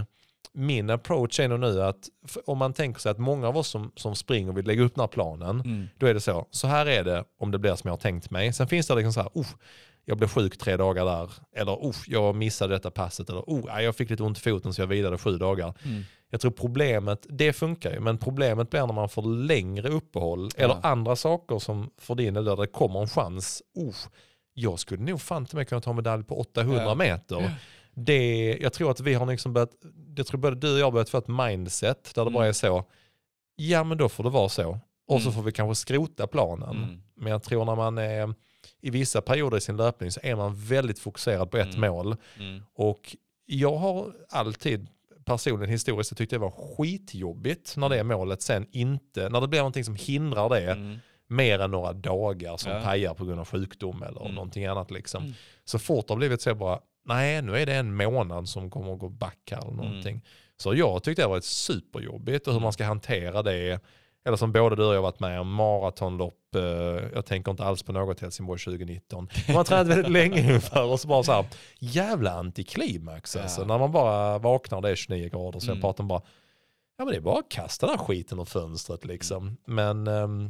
min approach är nog nu att om man tänker sig att många av oss som springer och vill lägga upp den här planen, då är det så här är det om det blir som jag har tänkt mig. Sen finns det liksom så här, jag blev sjuk 3 dagar där, eller jag missade detta passet, eller jag fick lite ont i foten så jag vidare 7 dagar. Jag tror problemet, det funkar ju, men problemet blir när man får längre uppehåll eller andra saker som för din eller där det kommer en chans. Jag skulle nog fan till mig kunna ta medalj på 800 meter. Jag tror att vi har liksom börjat, jag tror både du och jag börjat få ett mindset där det bara är så, ja men då får det vara så. Och så får vi kanske skrota planen. Men jag tror när man är i vissa perioder i sin löpning så är man väldigt fokuserad på ett mål. Och jag har alltid personligen historiskt tyckt det var skitjobbigt när det är målet sen inte, när det blir någonting som hindrar det mer än några dagar som pajar på grund av sjukdom eller någonting annat liksom. Så fort det har blivit så bara, nej, nu är det 1 månad som kommer att gå back här eller någonting. Så jag tyckte det var ett superjobbigt och hur man ska hantera det. Eller som både du och jag varit med om maratonlopp. Jag tänker inte alls på något Helsingborg 2019. Man har tränat väldigt länge ungefär och så bara så här, jävla antiklimax alltså. När man bara vaknar, det är 29 grader så pratar man bara, ja men det är bara att kasta den här skiten ur fönstret liksom. Men...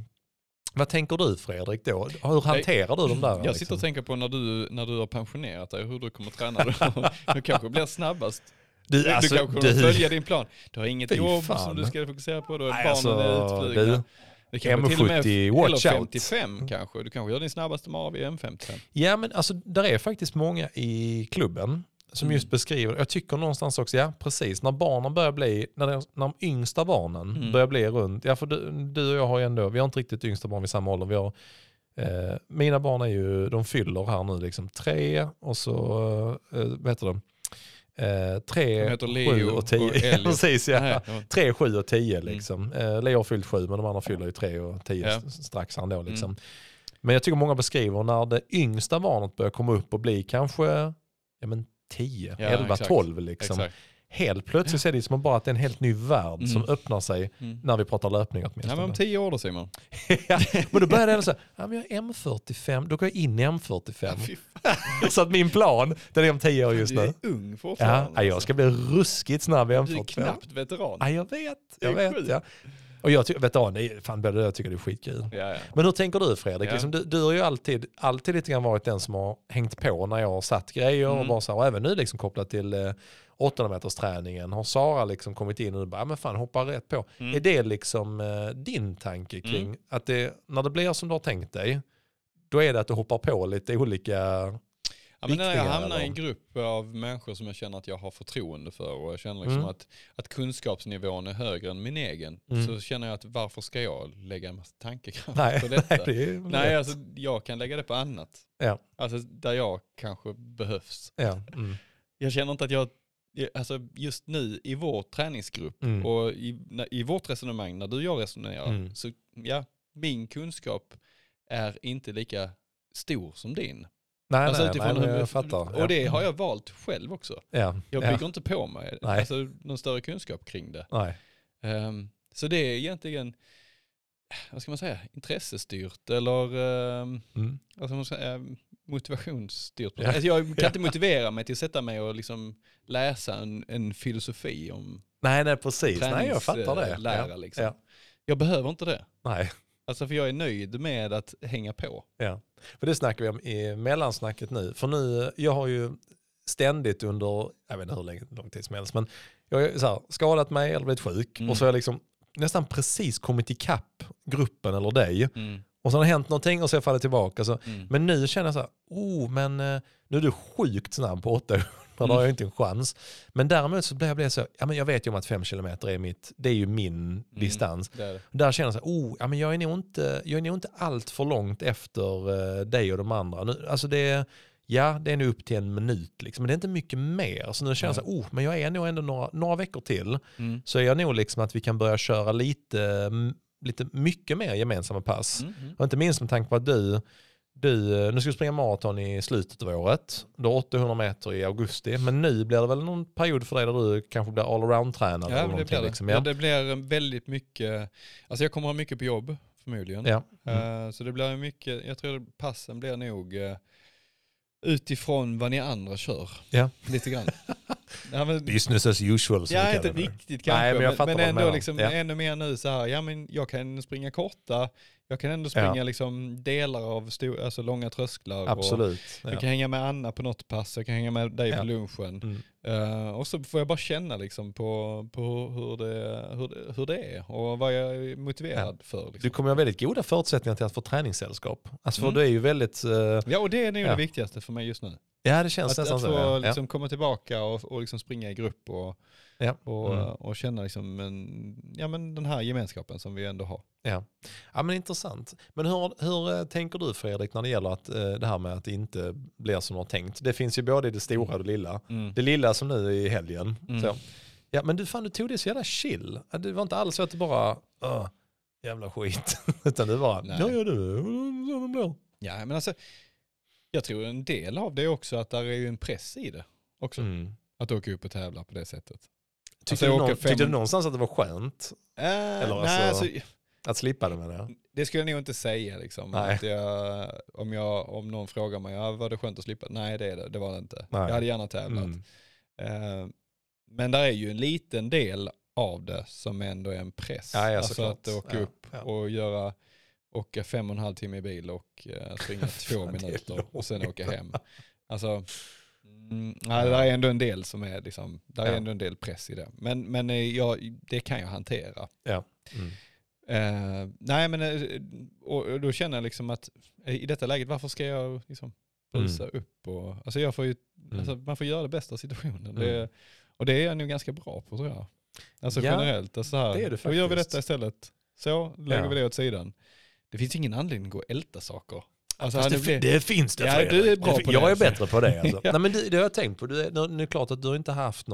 vad tänker du Fredrik då? Hur hanterar du de där? Jag sitter och tänker på när du har pensionerat dig, hur du kommer träna. Du kanske blir snabbast. Du kanske kommer följa din plan. Du har inget jobb som du ska fokusera på. Du har barnen utflugna. Det kan till och med eller 55 kanske. Du kanske gör din snabbaste marav i M55. Ja men alltså där är faktiskt många i klubben som just beskriver, jag tycker någonstans också, ja precis, när barnen börjar bli, när de yngsta barnen börjar bli runt, ja för du och jag har ju ändå, vi har inte riktigt yngsta barn vid samma ålder, vi har, mina barn är ju, de fyller här nu liksom 3 och så, vad heter det? 3, 7 och 10. Precis, ja. 3, 7 och 10 liksom. Leo har fyllt 7 men de andra fyller ju 3 och 10 strax ändå liksom. Men jag tycker många beskriver när det yngsta barnet börjar komma upp och bli kanske 10, 11, 12 liksom. Exakt. Helt plötsligt så är det som bara att det är en helt ny värld som öppnar sig när vi pratar löpning åtminstone. Ja, men om 10 år då Simon. Ja, men då börjar det så här, men jag är M45, då går jag in i M45. Så att min plan, den är om 10 år just nu. Du är ung fortfarande. Ja, jag ska bli ruskigt snabb i M45. Du är knappt veteran. Ja, jag vet. Ja. Och jag tycker det är skitkul. Ja. Men hur tänker du, Fredrik? Ja. Liksom, du har ju alltid lite grann varit den som har hängt på när jag har satt grejer och bara så här, och även nu liksom kopplat till 800 meters träningen. Har Sara liksom kommit in och bara, men fan, hoppar rätt på. Är det liksom din tanke kring att när det blir som du har tänkt dig, då är det att du hoppar på lite olika... Ja, men när jag hamnar i en grupp av människor som jag känner att jag har förtroende för och jag känner liksom att kunskapsnivån är högre än min egen, så känner jag att varför ska jag lägga en massa tankekraft på detta? Nej, alltså jag kan lägga det på annat. Ja. Alltså där jag kanske behövs. Ja. Jag känner inte att alltså just nu i vår träningsgrupp och i vårt resonemang, när du och jag resonerar, så min kunskap är inte lika stor som din. Nej, jag fattar. Och det har jag valt själv också. Ja. Jag bygger inte på mig alltså, någon större kunskap kring det. Nej. Så det är egentligen, vad ska man säga, intressestyrt eller alltså man ska säga, motivationsstyrt. Alltså jag kan inte motivera mig till att sätta mig och liksom läsa en filosofi om nej, precis. Nej, jag fattar det. Lära, liksom. Ja. Jag behöver inte det. Nej. Alltså för jag är nöjd med att hänga på. Ja, för det snackar vi om i mellansnacket nu. För nu, jag har ju ständigt under, jag vet inte hur lång tid som helst, men jag har så här, skadat mig eller blivit sjuk och så har jag liksom nästan precis kommit ikapp gruppen eller dig. Och så har det hänt någonting och så har jag fallit tillbaka. Så. Men nu känner jag så här, men nu är du sjukt snabb på 8. Då har jag inte en chans. Men däremot så blir jag så, men jag vet ju om att 5 kilometer det är ju min distans. Där känner jag så här, men jag är nog inte allt för långt efter dig och de andra. Nu, alltså det är nu upp till 1 minut liksom, men det är inte mycket mer. Så nu känner jag så här, men jag är nog ändå några veckor till. Så är jag nog liksom att vi kan börja köra lite mycket mer gemensamma pass. Och inte minst med tanke på att du nu ska du springa maraton i slutet av året. Du har 800 meter i augusti. Men nu blir det väl någon period för dig där du kanske blir all-around-tränare? Ja, eller det blir det. Liksom, det blir väldigt mycket. Alltså jag kommer ha mycket på jobb förmodligen. Ja. Så det blir mycket, jag tror passen blir nog utifrån vad ni andra kör. Ja. Lite grann. Business as usual. Ja, inte riktigt kanske. Nej, men ändå liksom, ännu mer nu så här, men jag kan springa korta. Jag kan ändå springa liksom delar av alltså långa trösklar. Absolut. Jag kan hänga med Anna på något pass. Jag kan hänga med dig på lunchen. Och så får jag bara känna liksom på hur det är och vad jag är motiverad för. Liksom. Du kommer ha väldigt goda förutsättningar till att få träningssällskap. Alltså för du är ju väldigt... Ja, och det är nog det viktigaste för mig just nu. Ja, det känns nästan så. Att få liksom komma tillbaka och liksom springa i grupp och känna liksom men den här gemenskapen som vi ändå har. Ja, men intressant. Men hur tänker du, Fredrik, när det gäller att det här med att det inte blir som du har tänkt? Det finns ju både det stora och det lilla. Det lilla som nu i helgen. Så. Ja, men du tog det så jävla chill. Det var inte alls så att du bara jävla skit. Utan du bara, Ja, men alltså jag tror en del av det är också att det är ju en press i det också. Att åka upp och tävla på det sättet. Tyckte du någonstans att det var skönt? Eller nej, alltså, att slippa det med det? Det skulle jag nog inte säga liksom. Att om någon frågar mig, var det skönt att slippa? Nej, det var det inte. Nej. Jag hade gärna tävlat. Men där är ju en liten del av det som ändå är en press. Alltså att åka upp och åka 5,5 timmar i bil och springa 2 minuter och sen åka hem. Alltså, nej, det är ändå en del som är liksom, där är ändå en del press i det. Men det kan jag hantera. Ja. Nej, men och då känner jag liksom att i detta läget, varför ska jag liksom busa upp? Och, alltså jag får ju, alltså man får göra det bästa av situationen. Och det är jag nog ganska bra på, tror jag. Alltså generellt. Alltså här, det är det faktiskt. Då gör vi detta istället. Så lägger vi det åt sidan. Det finns ingen anledning att gå och älta saker. Alltså, det finns det. Ja, du är bra på jag är bättre på det. Alltså. Nej, men det har jag tänkt på. Det är klart att du har inte haft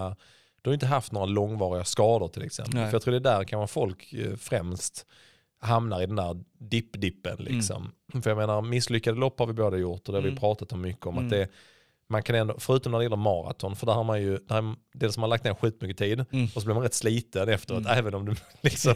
några långvariga skador till exempel. Nej. För jag tror det där kan vara folk främst hamnar i den där dippen liksom. För jag menar, misslyckade lopp har vi båda gjort och det har vi pratat om mycket om att man kan ändå, förutom när det gäller maraton, för där har man ju det som har lagt ner skitmycket tid och så blir man rätt sliten efteråt, även om du liksom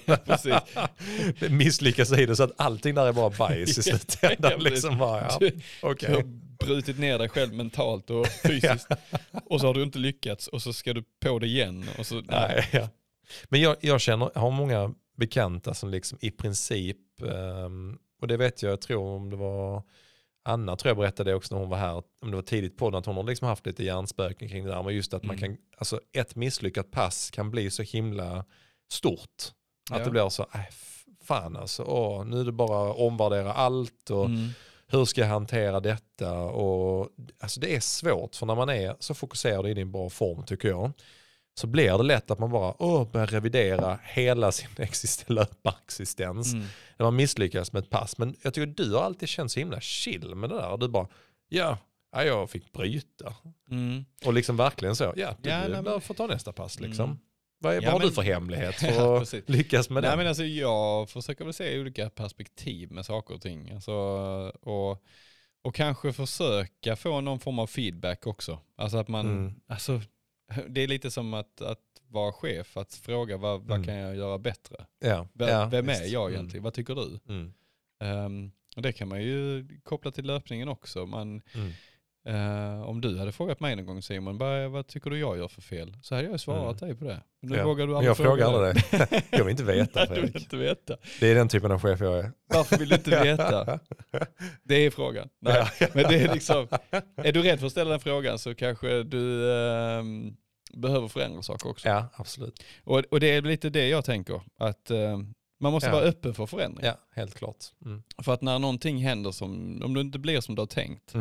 misslyckas i det, så att allting där är bara bajs i slutändan. Liksom bara, du har brutit ner dig själv mentalt och fysiskt och så har du inte lyckats och så ska du på det igen. Och så, nej. Men jag känner, har många bekanta som liksom i princip, och det vet jag tror om det var Anna tror jag berättade det också när hon var här, om det var tidigt på den, att hon har liksom haft lite hjärnspöken kring det där, men just att man kan, alltså ett misslyckat pass kan bli så himla stort. Att det blir så, fan alltså, nu är det bara omvärdera allt och hur ska jag hantera detta? Och, alltså det är svårt, för när man är så fokuserad i din bra form tycker jag, så blir det lätt att man bara börjar revidera hela sin löparexistens när man misslyckas med ett pass. Men jag tycker du har alltid känt så himla chill med det där. Du bara, jag fick bryta. Och liksom verkligen så, du får ta nästa pass liksom. Vad har du för hemlighet för att lyckas med det? Men alltså, jag försöker väl se olika perspektiv med saker och ting. Alltså, och kanske försöka få någon form av feedback också. Alltså att man, alltså, det är lite som att vara chef, att fråga vad kan jag göra bättre? Vem är jag egentligen? Vad tycker du? Och det kan man ju koppla till löpningen också. Om du hade frågat mig någon gång, Simon, vad tycker du jag gör för fel? Så hade jag svarat dig på det. Nu vågar du jag frågar aldrig det. Jag vill inte veta. Du vill inte veta. Det är den typen av chef jag är. Varför vill du inte veta? Det är frågan. Nej. Men det är liksom, är du rädd för att ställa den frågan så kanske du behöver förändra saker också. Ja, absolut. Och det är lite det jag tänker. Att man måste vara öppen för förändring. Ja, helt klart. För att när någonting händer om du inte blir som du har tänkt,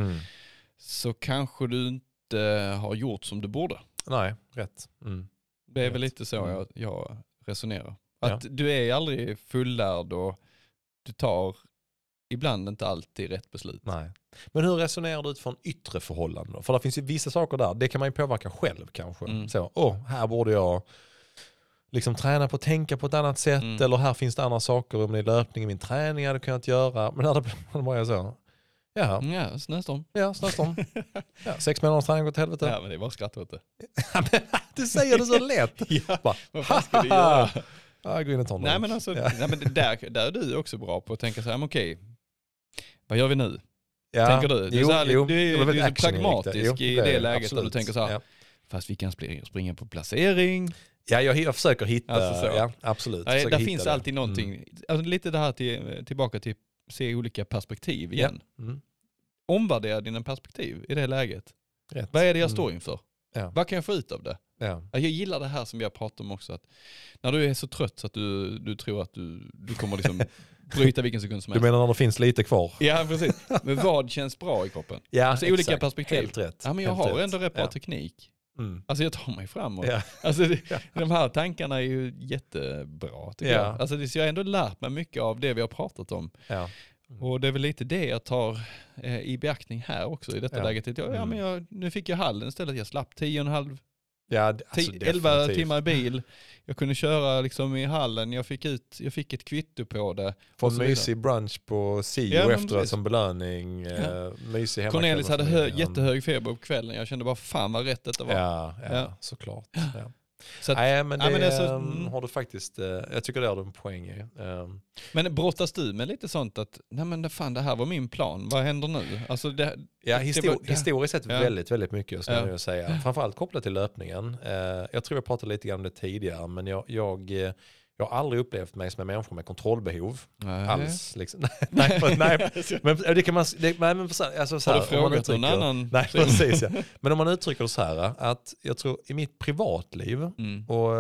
så kanske du inte har gjort som du borde. Nej, rätt. Det är väl lite så jag resonerar. Att du är aldrig fullärd och du tar ibland inte alltid rätt beslut. Nej. Men hur resonerar du utifrån yttre förhållanden då? För det finns ju vissa saker där, det kan man ju påverka själv kanske. Så, här borde jag liksom träna på att tänka på ett annat sätt, eller här finns det andra saker om det är löpning i min träning jag hade kunnat göra. Men när det bara är så. Snöstorm. Ja, snöstorm. 6 månaders träning går till helvete. Ja, men det är bara skratt åt det. Du säger det så lätt. Vad fan ska du göra? Gå in och ta något. Nej, men alltså, där är du också bra på att tänka så här, okej, vad gör vi nu? Tänker du? Du är så pragmatisk i det läget, absolut. Där du tänker så här, fast vi kan springa på placering. Ja, jag försöker hitta, alltså absolut. Ja, där finns alltid någonting, alltså, lite det här tillbaka till se olika perspektiv igen. Omvärdera dina perspektiv i det läget. Rätt. Vad är det jag står inför? Vad kan jag få ut av det? Ja. Jag gillar det här som vi har pratat om också, att när du är så trött så att du tror att du kommer liksom bryta vilken sekund som helst. Du menar när det finns lite kvar? Ja, precis. Men vad känns bra i kroppen? Ja, alltså olika perspektiv. Helt rätt. Ja, men jag har ändå rätt bra teknik. Alltså jag tar mig framåt. Ja. Alltså de här tankarna är ju jättebra tycker jag. Alltså jag har ändå lärt mig mycket av det vi har pratat om. Ja. Och det är väl lite det jag tar i beaktning här också i detta läget. Men nu fick jag hallen istället. Jag slapp 10,5 11 timmar i bil. Jag kunde köra liksom i hallen. Jag fick ett kvitto på det. Få en mysig brunch på Sio efteråt som belöning. Mysig hemma. Cornelis hade jättehög feber på kvällen. Jag kände bara fan vad rätt detta var. Ja. Såklart. Ja. Så att, nej, men det har du faktiskt, jag tycker det har du en poäng i. Men brottas du med lite sånt att, nej men fan det här var min plan, vad händer nu? Alltså historiskt sett väldigt, väldigt mycket ska jag säga. Framförallt kopplat till löpningen. Jag tror jag pratade lite grann om det tidigare, men jag har aldrig upplevt mig som en människa med kontrollbehov. Alls. Liksom. nej, men det kan man... alltså, så här, har du frågat någon annan? Nej, precis. Ja. Men om man uttrycker det så här, att jag tror i mitt privatliv och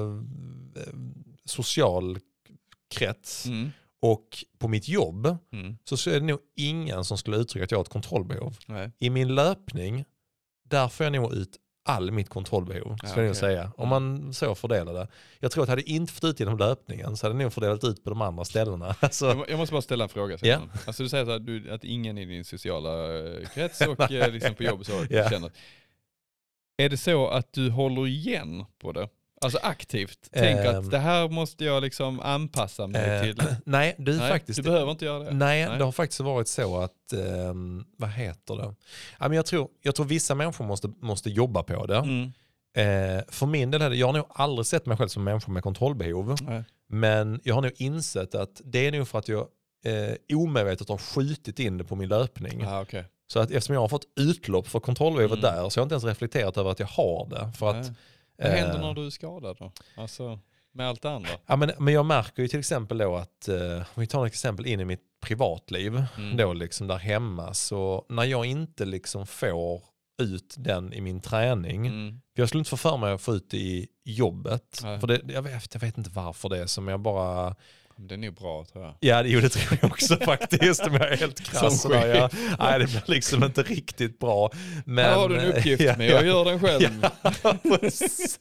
social krets och på mitt jobb så är det nog ingen som skulle uttrycka att jag har ett kontrollbehov. Nej. I min löpning, där får jag nog ut all mitt kontrollbehov, skulle jag säga. Om man så fördelar det. Jag tror att hade jag inte fått ut genom löpningen så hade jag nog fördelat ut på de andra ställena. Alltså. Jag måste bara ställa en fråga. Alltså du säger så här, att ingen i din sociala krets och liksom på jobb så känner. Är det så att du håller igen på det? Alltså aktivt. Tänk att det här måste jag liksom anpassa mig till. Nej, faktiskt. Du behöver inte göra det. Nej, det har faktiskt varit så att, vad heter det? Ja, men jag tror vissa människor måste jobba på det. För min del jag har nog aldrig sett mig själv som människa med kontrollbehov. Nej. Men jag har nog insett att det är nog för att jag omedvetet har skjutit in det på min löpning. Okay. Så att eftersom jag har fått utlopp för kontrollbehovet där så har jag inte ens reflekterat över att jag har det. För att vad händer när du är skadad då? Alltså... med allt det andra. Ja, men jag märker ju till exempel då att, om vi tar ett exempel in i mitt privatliv, då liksom där hemma, så när jag inte liksom får ut den i min träning, för jag skulle inte få för mig att få ut i jobbet. För det, jag vet inte varför det är som jag bara... Det är nog bra, tror jag. Ja, det tror jag också faktiskt. Men jag är helt krass. Nej, det blir liksom inte riktigt bra. Men, här har du en uppgift, men jag gör den själv. Ja, precis.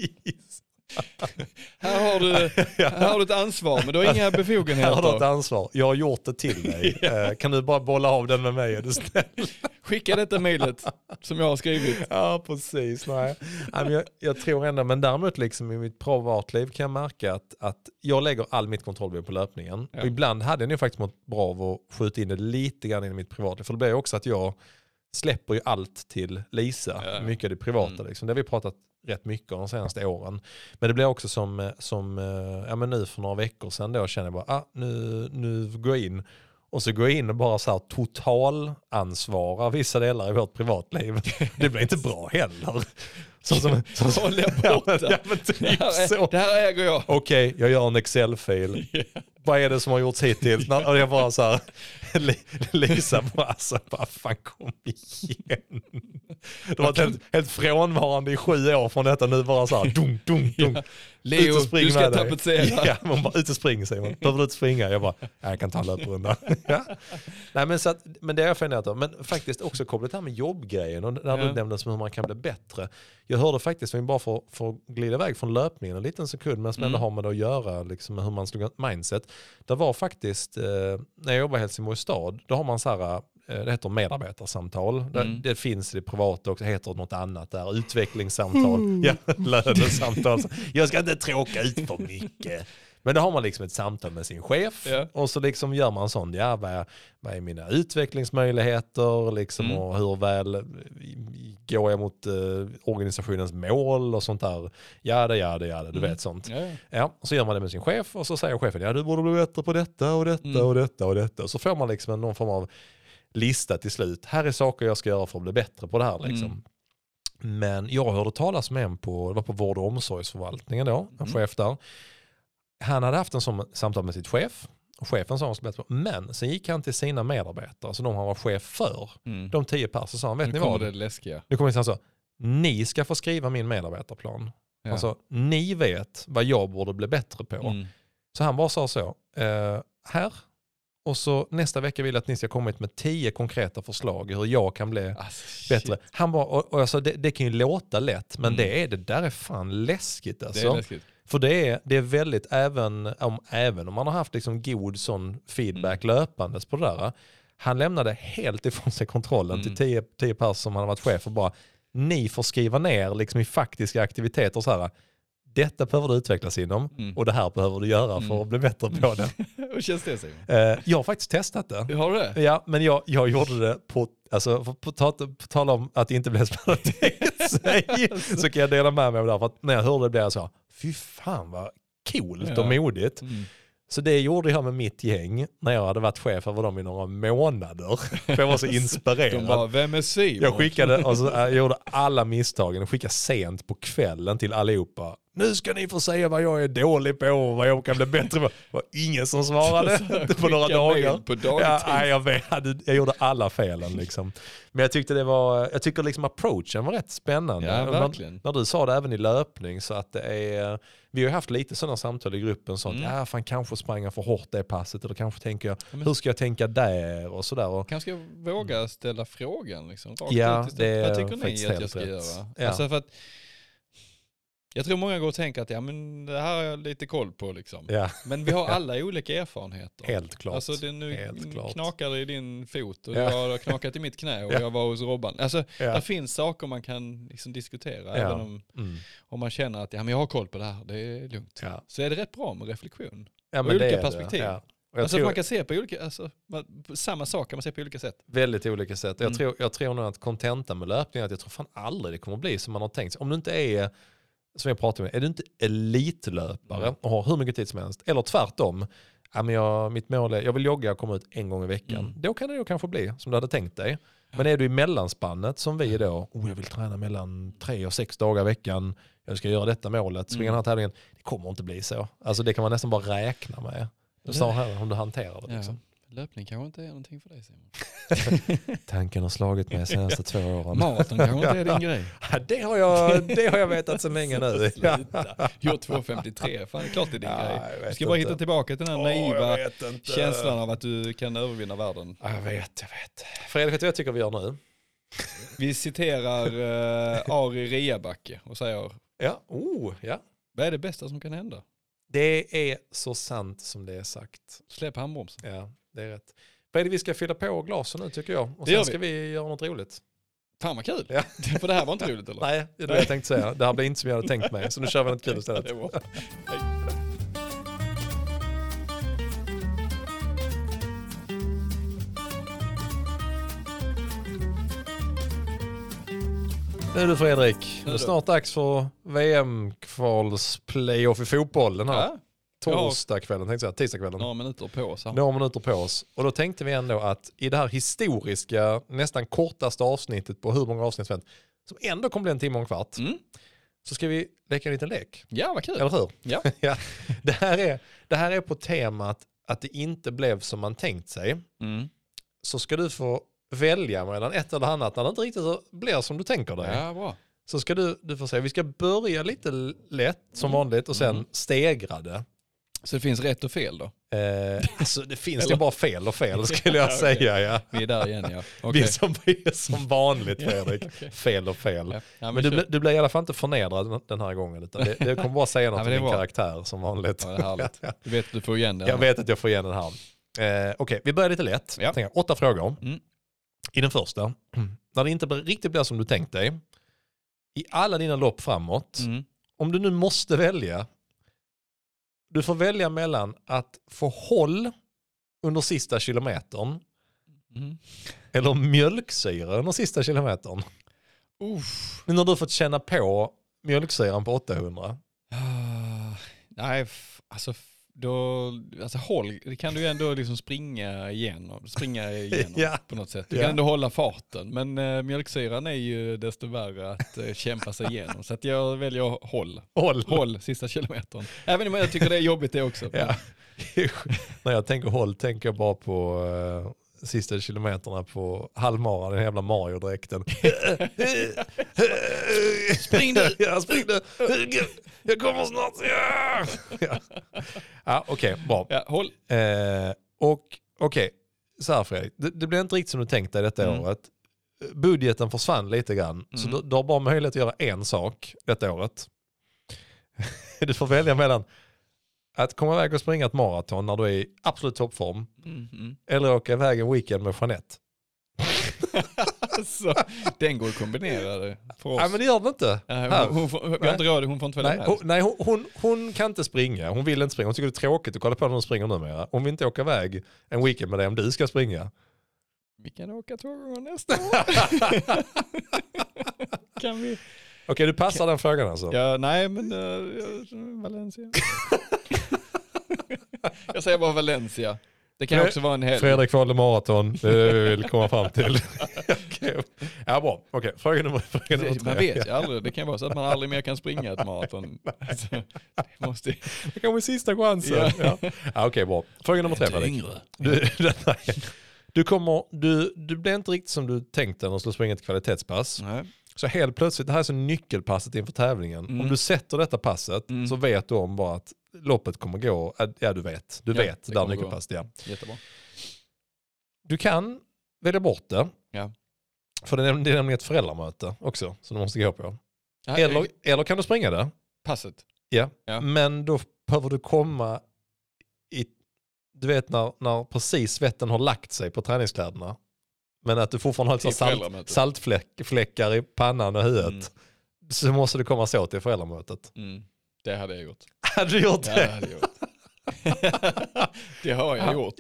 Här har du ett ansvar, men du har inga befogenheter. Här har du ett ansvar. Jag har gjort det till dig. Kan du bara bolla av den med mig? Är du snäll? Skicka detta mejlet som jag har skrivit. Ja, precis. Nej. Men jag tror ändå, men däremot liksom i mitt privatliv kan jag märka att jag lägger all mitt kontrollbehov på löpningen. Ja. Och ibland hade jag nog faktiskt mått bra av att skjuta in det lite grann i mitt privatliv. För det blir ju också att jag släpper ju allt till Lisa. Ja. Mycket av det privata. Liksom. Det har vi pratat rätt mycket om de senaste åren. Men det blir också som men nu för några veckor sedan då känner jag bara, nu går jag in. Och så går jag in och bara så här total ansvarar vissa delar i vårt privatliv. Det blir inte bra heller. Det här äger jag. Okej, jag gör en Excel-fil. Yeah. Vad är det som har gjorts hittills? Och jag bara så här, Lisa bara så bara, fan kom igen. Det var helt frånvarande i 7 år från detta, nu bara så här, dung. Ja. Leo, du ska tapetsera. Ja, man bara ut och spring, säger man. Behöver du inte springa? Jag bara, jag kan ta en löprunda. Ja. Nej, men det har jag funderat om. Men faktiskt också kopplat här med jobbgrejen och när du nämnde som hur man kan bli bättre. Jag hörde faktiskt, bara för att glida iväg från löpningen en liten sekund, men som ändå har med det att göra liksom, hur man slog ett mindset. Det var faktiskt, när jag jobbade i Helsingborgs stad, då har man så här, det heter medarbetarsamtal. Det finns i det privata också, heter något annat där, utvecklingssamtal, lönesamtal. Jag ska inte tråka ut för mycket. Men då har man liksom ett samtal med sin chef och så liksom gör man sånt. Ja, vad är mina utvecklingsmöjligheter liksom, och hur väl går jag mot organisationens mål och sånt där. Ja, du vet sånt. Ja, och så gör man det med sin chef och så säger chefen, ja, du borde bli bättre på detta och detta och detta och detta. Och så får man liksom någon form av lista till slut. Här är saker jag ska göra för att bli bättre på det här liksom. Men jag hörde talas med det var på vård- och omsorgsförvaltningen då, en chef där. Han hade haft en sån samtal med sitt chef. Och chefen sa bättre. Men sen gick han till sina medarbetare, alltså de han var chef för. De 10 personer, så sa han, vet ni vad? Det läskiga. Nu kommer det så, ni ska få skriva min medarbetarplan. Ja. Alltså, ni vet vad jag borde bli bättre på. Så han bara sa så, här. Och så nästa vecka vill jag att ni ska komma med 10 konkreta förslag hur jag kan bli bättre. Han bara, och alltså, det kan ju låta lätt, men det där är fan läskigt alltså. Det är läskigt. För det är väldigt, även om man har haft liksom god sån feedback löpandes på det där. Han lämnade helt ifrån sig kontrollen till 10 personer som han har varit chef och bara, ni får skriva ner liksom i faktiska aktiviteter så här. Detta behöver du utvecklas inom och det här behöver du göra för att bli bättre på det. Hur känns det, Simon? Jag har faktiskt testat det. Har du det? Ja, men jag gjorde det på tala om att det inte blev spännande så kan jag dela med mig av det. För att när jag hörde det blev jag så, fy fan vad coolt och modigt. Så det gjorde jag med mitt gäng när jag hade varit chef över dem i några månader. För jag var så inspirerad. De bara, vem är Simon? Jag skickade, jag gjorde alla misstagen och skickade sent på kvällen till allihopa. Nu ska ni få säga vad jag är dålig på och vad jag kan bli bättre på. Det var ingen som svarade på några dagar. Jag gjorde alla felen liksom. Men jag tycker liksom approachen var rätt spännande. Ja, verkligen. När du sa det även i löpning så att det är, vi har ju haft lite sådana samtal i gruppen sånt, fan kanske spranga för hårt det passet eller kanske tänker jag, hur ska jag tänka där och sådär. Och, kanske jag våga ställa frågan liksom. Rakt ut det vad tycker ni att jag ska göra? Ja. Alltså för att jag tror många går och tänker att det här har jag lite koll på liksom. Ja. Men vi har alla olika erfarenheter. Helt klart. Alltså knakar det i din fot och jag har knakat i mitt knä och jag var hos Robban. Alltså där finns saker man kan liksom diskutera även om man känner att jag har koll på det här, det är lugnt. Ja. Så är det rätt bra med reflektion. Ja, och olika perspektiv. Ja. Alltså man kan se på olika, samma sak kan man se på olika sätt. Väldigt olika sätt. Jag tror nog att kontentan med löpning är att jag tror fan aldrig det kommer bli som man har tänkt sig. Om du inte är, som jag pratade med, är du inte elitlöpare och har hur mycket tid som helst, eller tvärtom, mitt mål är, jag vill jogga och komma ut en gång i veckan. Då kan det ju kanske bli som du hade tänkt dig. Men är du i mellanspannet som vi då, jag vill träna mellan 3 och 6 dagar i veckan, jag ska göra detta målet, springa den här tävlingen. Det kommer inte bli så. Alltså det kan man nästan bara räkna med. Du sa här om du hanterar det. Liksom. Löpning kanske inte är någonting för dig, Simon. Tanken har slagit mig de senaste 2 åren. Maraton kanske inte är din grej. Det har jag vetat så länge nu. Gjort 2.53, fan det är klart det är din grej. Du ska bara hitta tillbaka till den här naiva känslan av att du kan övervinna världen. Jag vet. Fredrik, vet du vad jag tycker vi gör nu? Vi citerar Ari Reabacke och säger ja. Vad är det bästa som kan hända? Det är så sant som det är sagt. Släpp handbromsen. Ja, det är rätt. Fredrik, vi ska fylla på glasen nu tycker jag. Och sen ska vi göra något roligt. Fan vad kul. Ja. För det här var inte roligt eller? Nej, det är det jag tänkte säga. Det här blir inte som jag hade tänkt mig. Så nu kör vi något kul istället. Det var. Nu är du Fredrik. Det är snart dags för VM-kvalsplayoff i fotboll den här torsdagskvällen, tänkte jag, tisdagskvällen. Några minuter på oss. Och då tänkte vi ändå att i det här historiska, nästan kortaste avsnittet på hur många avsnitt som ändå kommer bli 1 timme och en kvart, så ska vi leka en liten lek. Ja, vad kul. Eller hur? Ja. Ja. Det här är på temat att det inte blev som man tänkt sig. Så ska du få välja mellan ett eller annat när det inte riktigt blir som du tänker dig. Ja, bra. Så ska du få se. Vi ska börja lite lätt som vanligt och sen stegra det. Så det finns rätt och fel då? Alltså det finns ju bara fel och fel skulle jag säga. Ja. Vi är där igen, ja. Okay. Vi är som vanligt, Fredrik. Okay. Fel och fel. Ja, men du blir i alla fall inte förnedrad den här gången. Utan det kommer bara säga något om din karaktär som vanligt. Ja, det är härligt. Du vet att du får igen den. Jag vet att jag får igen den här. Okej, vi börjar lite lätt. Ja. 8 frågor. I den första, när det inte riktigt blir som du tänkt dig, i alla dina lopp framåt, om du nu måste välja, du får välja mellan att få håll under sista kilometern eller mjölksyra under sista kilometern. Nu när du fått känna på mjölksyran på 800. Nej, alltså håll, det kan du ju ändå liksom springa igenom ja. På något sätt. Du kan ändå hålla farten, men mjölksyran är ju desto värre att kämpa sig igenom. Så att jag väljer håll sista kilometern. Även om jag tycker det är jobbigt det också. Ja. När jag tänker håll tänker jag bara på sista kilometerna på halvmara, den jävla Mario-dräkten. Spring du! Ja, spring du! Jag kommer snart! Ja, okej, bra. Ja, håll. Okej, så här Fredrik. Det blev inte riktigt som du tänkte detta året. Budgeten försvann lite grann. Så du har bara möjlighet att göra en sak detta året. Du får välja mellan att komma iväg och springa ett maraton när du är i absolut toppform. Eller åka iväg en weekend med Jeanette. Så, den går att kombinera för oss. Nej, men det gör den inte. Hon får inte råd, hon får inte följa med. Hon kan inte springa. Hon vill inte springa. Hon tycker det är tråkigt att kolla på när hon springer numera. Hon vill inte åka iväg en weekend med dig om du ska springa. Vi kan åka 2 gånger nästa år. Kan vi? Okej, du passar den frågan alltså. Ja, nej, men Valencia. Jag säger bara Valencia. Det kan också vara en helg. Fredrik valde maraton. Det vill komma fram till. Okay. Ja, bra. Okej, fråga nummer 3. Man vet ju aldrig. Det kan vara så att man aldrig mer kan springa ett maraton. Alltså, det kan vara sista chansen. Ja. Okej, bra. Fråga nummer 3. Du blir inte riktigt som du tänkte när du skulle springa ett kvalitetspass. Nej. Så helt plötsligt, det här är så nyckelpasset inför tävlingen. Om du sätter detta passet så vet du om bara att loppet kommer gå. Ja, du vet där nyckelpasset är. Jättebra. Du kan välja bort det. Ja. För det är nämligen ett föräldramöte också som du måste gå på. Ja, eller kan du springa det? Passet? Ja. Men då behöver du komma i, du vet när precis svetten har lagt sig på träningskläderna. Men att du fortfarande har saltfläckar i pannan och huvudet. Så måste du komma så till föräldramötet. Det hade jag gjort. Hade du gjort det? Ja, det hade jag gjort. Det har jag gjort.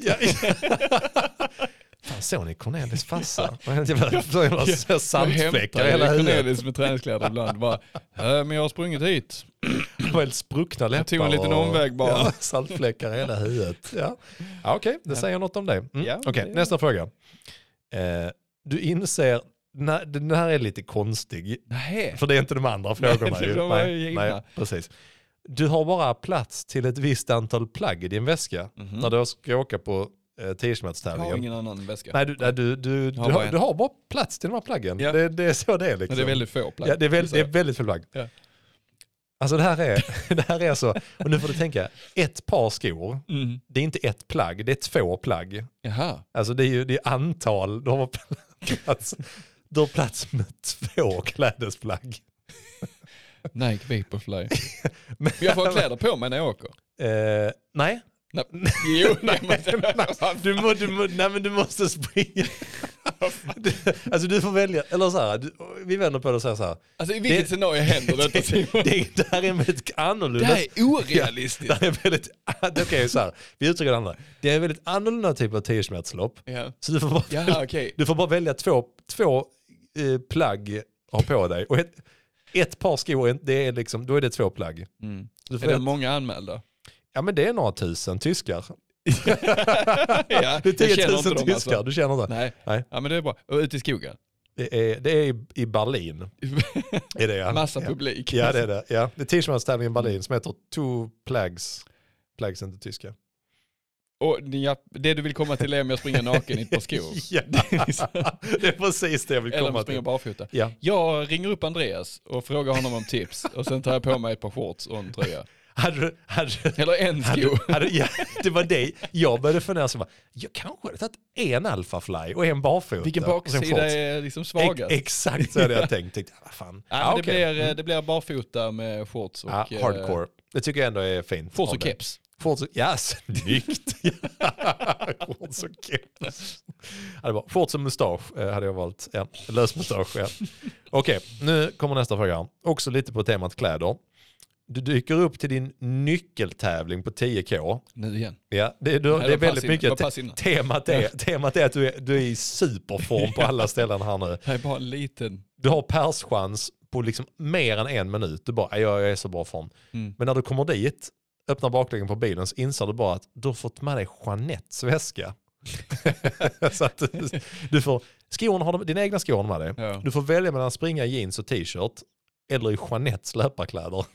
Fan, såg ni Cornelis farsa? Saltfläckar hela huvudet. Cornelis med träningskläder ibland. Bara, men jag har sprungit hit. Det var helt spruckna läppar. Jag tog en liten omväg bara. Ja, saltfläckar hela huvudet. Ja, okej. Det säger något om det. Okej, nästa fråga. Du inser den här är lite konstig. Nej. För det är inte de andra frågorna. Nej, precis. Du har bara plats till ett visst antal plagg i din väska när du ska åka på 10-kilometerstävlingen. Jag har ingen annan väska. Nej, du har bara plats till de här plaggen. Ja. Det är så det är liksom. Men det är väldigt få plagg. Ja, det är väldigt få plagg. Ja. Alltså det här är så, och nu får du tänka, ett par skor, det är inte ett plagg, det är 2 plagg. Jaha. Alltså det är antal, du har plats med 2 klädesplagg. Nike Vaporfly. Men jag får kläder på mig när jag åker. Nej. Jo, du måste springa. Du får välja, eller så här, vi vänder på det och säger så här. Alltså i vilket scenario händer detta? Det här är väldigt annorlunda. Det här är orealistiskt. Det är väldigt, okej, så här, vi uttrycker det andra. Det är en väldigt annorlunda typ av 10-kilometerslopp. Ja. Så du får bara välja två plagg att ha på dig. Och ett par skor, det är liksom, då är det 2 plagg. Är det många anmälda? Ja, men det är några tusen tyskar. Ja, det är 10 000 tyskar, alltså. Du känner det? Nej. Ja, men det är bra. Och ute i skogen? Det är i Berlin. Är det, ja. Massa publik. Ja, det är det. Ja. Det är 10-kilometerstävlingen i Berlin som heter 2 Plags. Plags inte tyska. Och det du vill komma till är om jag springer naken i ett par skor. Ja. Det är precis det jag vill komma till. Eller springer barfota. Ja. Jag ringer upp Andreas och frågar honom om tips. Och sen tar jag på mig ett par shorts och en tröja. Eller en sko. Ja, det var det. Jag började fundera så jag kanske hade tagit en Alphafly och en barfota. Vilken baksida är liksom svagast? Exakt så hade jag tänkt. Vad fan. Det blir barfota med shorts och... hardcore. Det tycker jag ändå är fint. Shorts och keps. Ja, snyggt. Shorts och keps. Shorts och mustasch hade jag valt. Ja, lös mustasch, ja. Okej, nu kommer nästa fråga. Också lite på temat kläder. Du dyker upp till din nyckeltävling på 10K. Nu igen. Ja, det är väldigt mycket. Temat är att du är i superform på alla ställen här nu. Det är bara en liten. Du har perschans på liksom mer än 1 minut. Du bara, jag är så bra form. Men när du kommer dit, öppnar baklängen på bilen, så inser du bara att du har fått med dig Jeanettes väska. Så att du får dina egna skor med dig. Ja. Du får välja mellan att springa i jeans och t-shirt eller i Jeanettes löparkläder.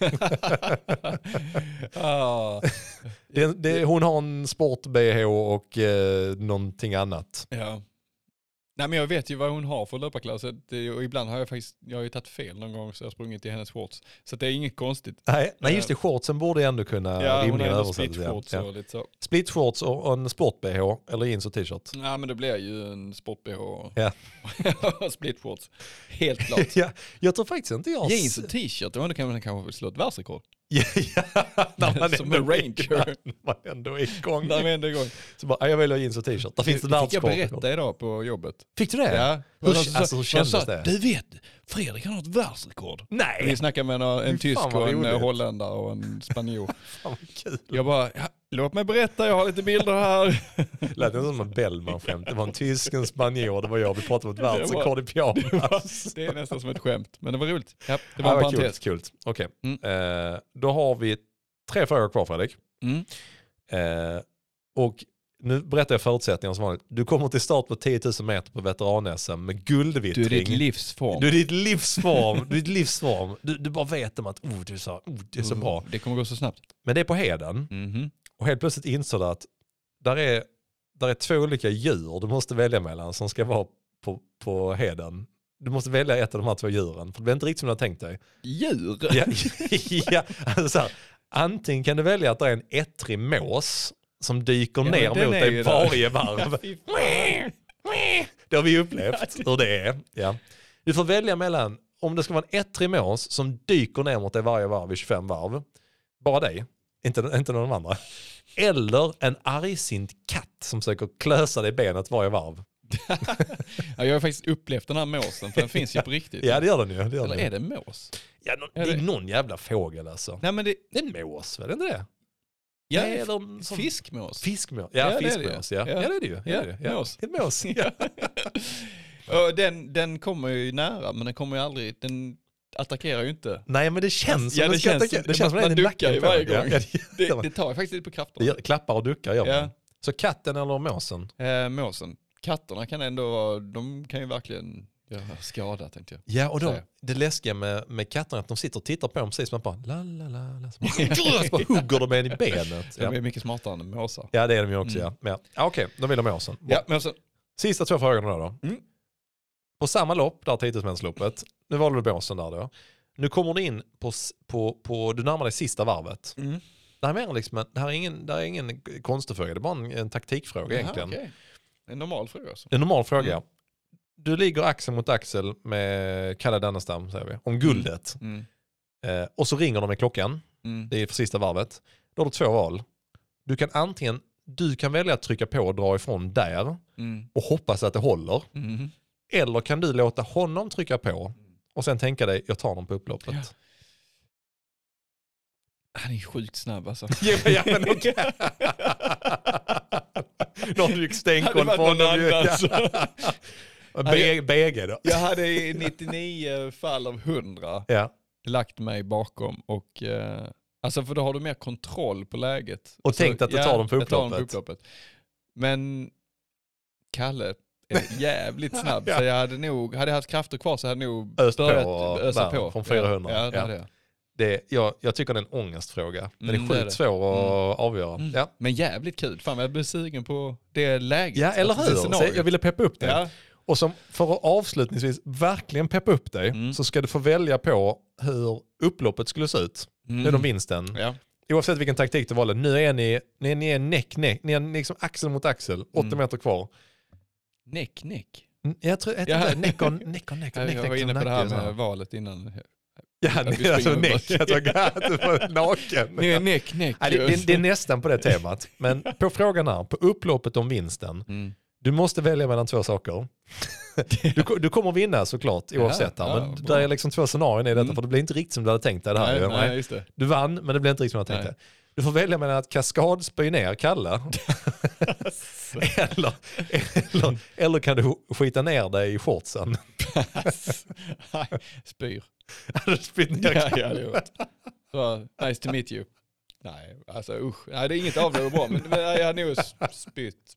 Hon har en sport-BH och någonting annat. Ja. Nej, men jag vet ju vad hon har för löparkläder. Och ibland har jag har ju tagit fel någon gång, så jag har sprungit i hennes shorts. Så det är inget konstigt. Nej, just det, shortsen borde jag ändå kunna rimligen översätta. Split-shorts och lite så. Split-shorts och en sport-BH eller jeans och t-shirt. Nej, men det blir ju en sport-BH. Ja. Split-shorts. Helt klart. Ja, jag tror faktiskt inte jag... Jeans och t-shirt, då kan man kanske slå ett världsrekord. Som en ranger. Man ändå är igång. Så bara, jag väljer jeans och t-shirt. Där finns det världsrekord. Fick jag berätta idag på jobbet. Fick du det? Ja. Hur kändes det? Du vet, Fredrik har något världsrekord. Nej! Vi snackar med en tysk och en holländare och en spanjor. Fan vad kul. Jag bara, låt mig berätta, jag har lite bilder här. Lät det som en Bellman-skämt. Det var en tysk, en spanjor, det var jag. Vi pratade om ett världsrekord i pyjamas. Det är nästan som ett skämt, men det var roligt. Ja, det var en parentes. Kul. Okej. Då har vi 3 frågor kvar, Fredrik. Och nu berättar jag förutsättningarna som vanligt. Du kommer till start på 10 000 meter på veteran-SM med guldvittring. Du är ditt livsform. Du är ditt livsform. Du bara vet om att det är så bra. Det kommer gå så snabbt. Men det är på heden. Och helt plötsligt insåg du att där är 2 olika djur du måste välja mellan som ska vara på heden. Du måste välja ett av de här 2 djuren. För det blir inte riktigt som du har tänkt dig. Djur? Ja, alltså så här, antingen kan du välja att det är en ettrig mås som dyker ner mot dig varje varv. Det har vi upplevt hur det är. Ja. Du får välja mellan, om det ska vara en ettrig mås som dyker ner mot dig varje varv i 25 varv. Bara dig, inte någon andra. Eller en argsint katt som försöker klösa dig i benet varje varv. Ja, jag har faktiskt upplevt den här måsen, för den finns ju på riktigt. Ja, det gör den ju. Eller är det mås? Ja, det är någon jävla fågel alltså. Nej, men det är en mås, väl inte det? Ja, fiskmås. Fiskmås. Ja, fiskmås. Ja, det är det ju. Mås. En mås. Ja. Och den kommer ju nära, men den kommer ju aldrig, den attackerar ju inte. Nej, men det känns som det känns som man duckar i varje gång. Ja, det tar faktiskt lite på krafterna. Klappar och duckar gör man. Så katten eller måsen? Måsen. Katterna kan ändå, de kan ju verkligen Jag har skadat, tänkte jag. Ja, och det läskiga med katterna att de sitter och tittar på dem precis som att bara så bara hugger de en i benet. De är mycket smartare än måsar. Ja, det är de ju också, ja. Okej, då vill de måsen. Ja, men alltså... Sista 2 frågorna då. På samma lopp, där 10-metersloppet, nu var det måsen där då. Nu kommer du in på du närmar dig sista varvet. Det här är liksom, det är ingen konstig fråga, det är bara en taktikfråga egentligen. Okay. En normal fråga alltså. En normal fråga, ja. Du ligger axel mot axel med Kalle Dannestam, säger vi, om guldet. Och så ringer de med klockan. Det är för sista varvet. Då har du 2 val. Du kan välja att trycka på och dra ifrån där och hoppas att det håller. Eller kan du låta honom trycka på och sen tänka dig, jag tar honom på upploppet. Ja. Han är sjukt snabb alltså. Ja, men okej. Någon gick stänkkoll på honom. BG då. Jag hade i 99 fall av 100 lagt mig bakom och alltså för då har du mer kontroll på läget. Och tänkt att du tar dem på upploppet. Men Kalle är jävligt snabb så jag hade jag haft krafter kvar så hade jag nog börjat ösa på. Från 400. Ja, det hade jag. Jag tycker det är en ångestfråga. Den är sjukt svår att avgöra. Ja. Men jävligt kul. Fan, jag är besviken på det läget. Ja, eller hur? Jag ville peppa upp dig. Ja. Och för att avslutningsvis verkligen peppa upp dig så ska du få välja på hur upploppet skulle se ut. Nu är de vinsten. Ja. Oavsett vilken taktik du valde. Nu är ni är neck. Ni är liksom axel mot axel. 8 meter kvar. Neck. Jag tror att det är neck. Jag var inne på det här med valet innan. Ja, det är alltså näck. Jag tror att du var naken. Nej, näck. Det är nästan på det temat. Men på frågan här, på upploppet om vinsten, du måste välja mellan 2 saker. Du kommer vinna såklart oavsett här, men det är liksom 2 scenarier i detta för det blir inte riktigt som du hade tänkt dig det här. Nej, just det. Du vann, men det blir inte riktigt som du hade tänkt dig. Du får välja mellan att kaskadspy ner Kalle eller kan du skita ner dig i shortsen. Spyr. Du spyr ner Kalle. Så, nice to meet you. Nej, alltså usch. Nej, det är inget av det bra, men jag har nog spytt.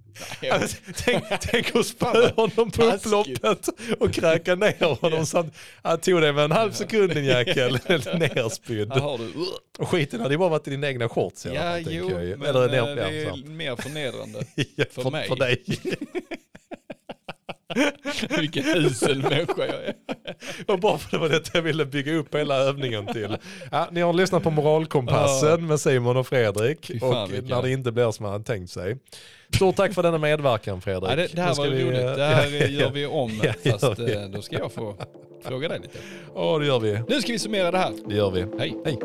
Tänk att spöa honom på upploppet och kräka ner honom så han tog det med en halv sekund din jäkel nerspydd. Och skiten hade ju bara varit i dina egna shorts. Ja, jo, men eller det är mer förnedrande för mig. För dig. Vilken usel människa jag är. Och bara för det var det jag ville bygga upp hela övningen till. Ja, ni har lyssnat på Moralkompassen med Simon och Fredrik. Och när det inte blir som man hade tänkt sig. Stort tack för denna medverkan, Fredrik. Ja, det här var roligt. Det här gör vi om. Fast då ska jag få fråga dig lite. Ja, det gör vi. Nu ska vi summera det här. Det gör vi. Hej.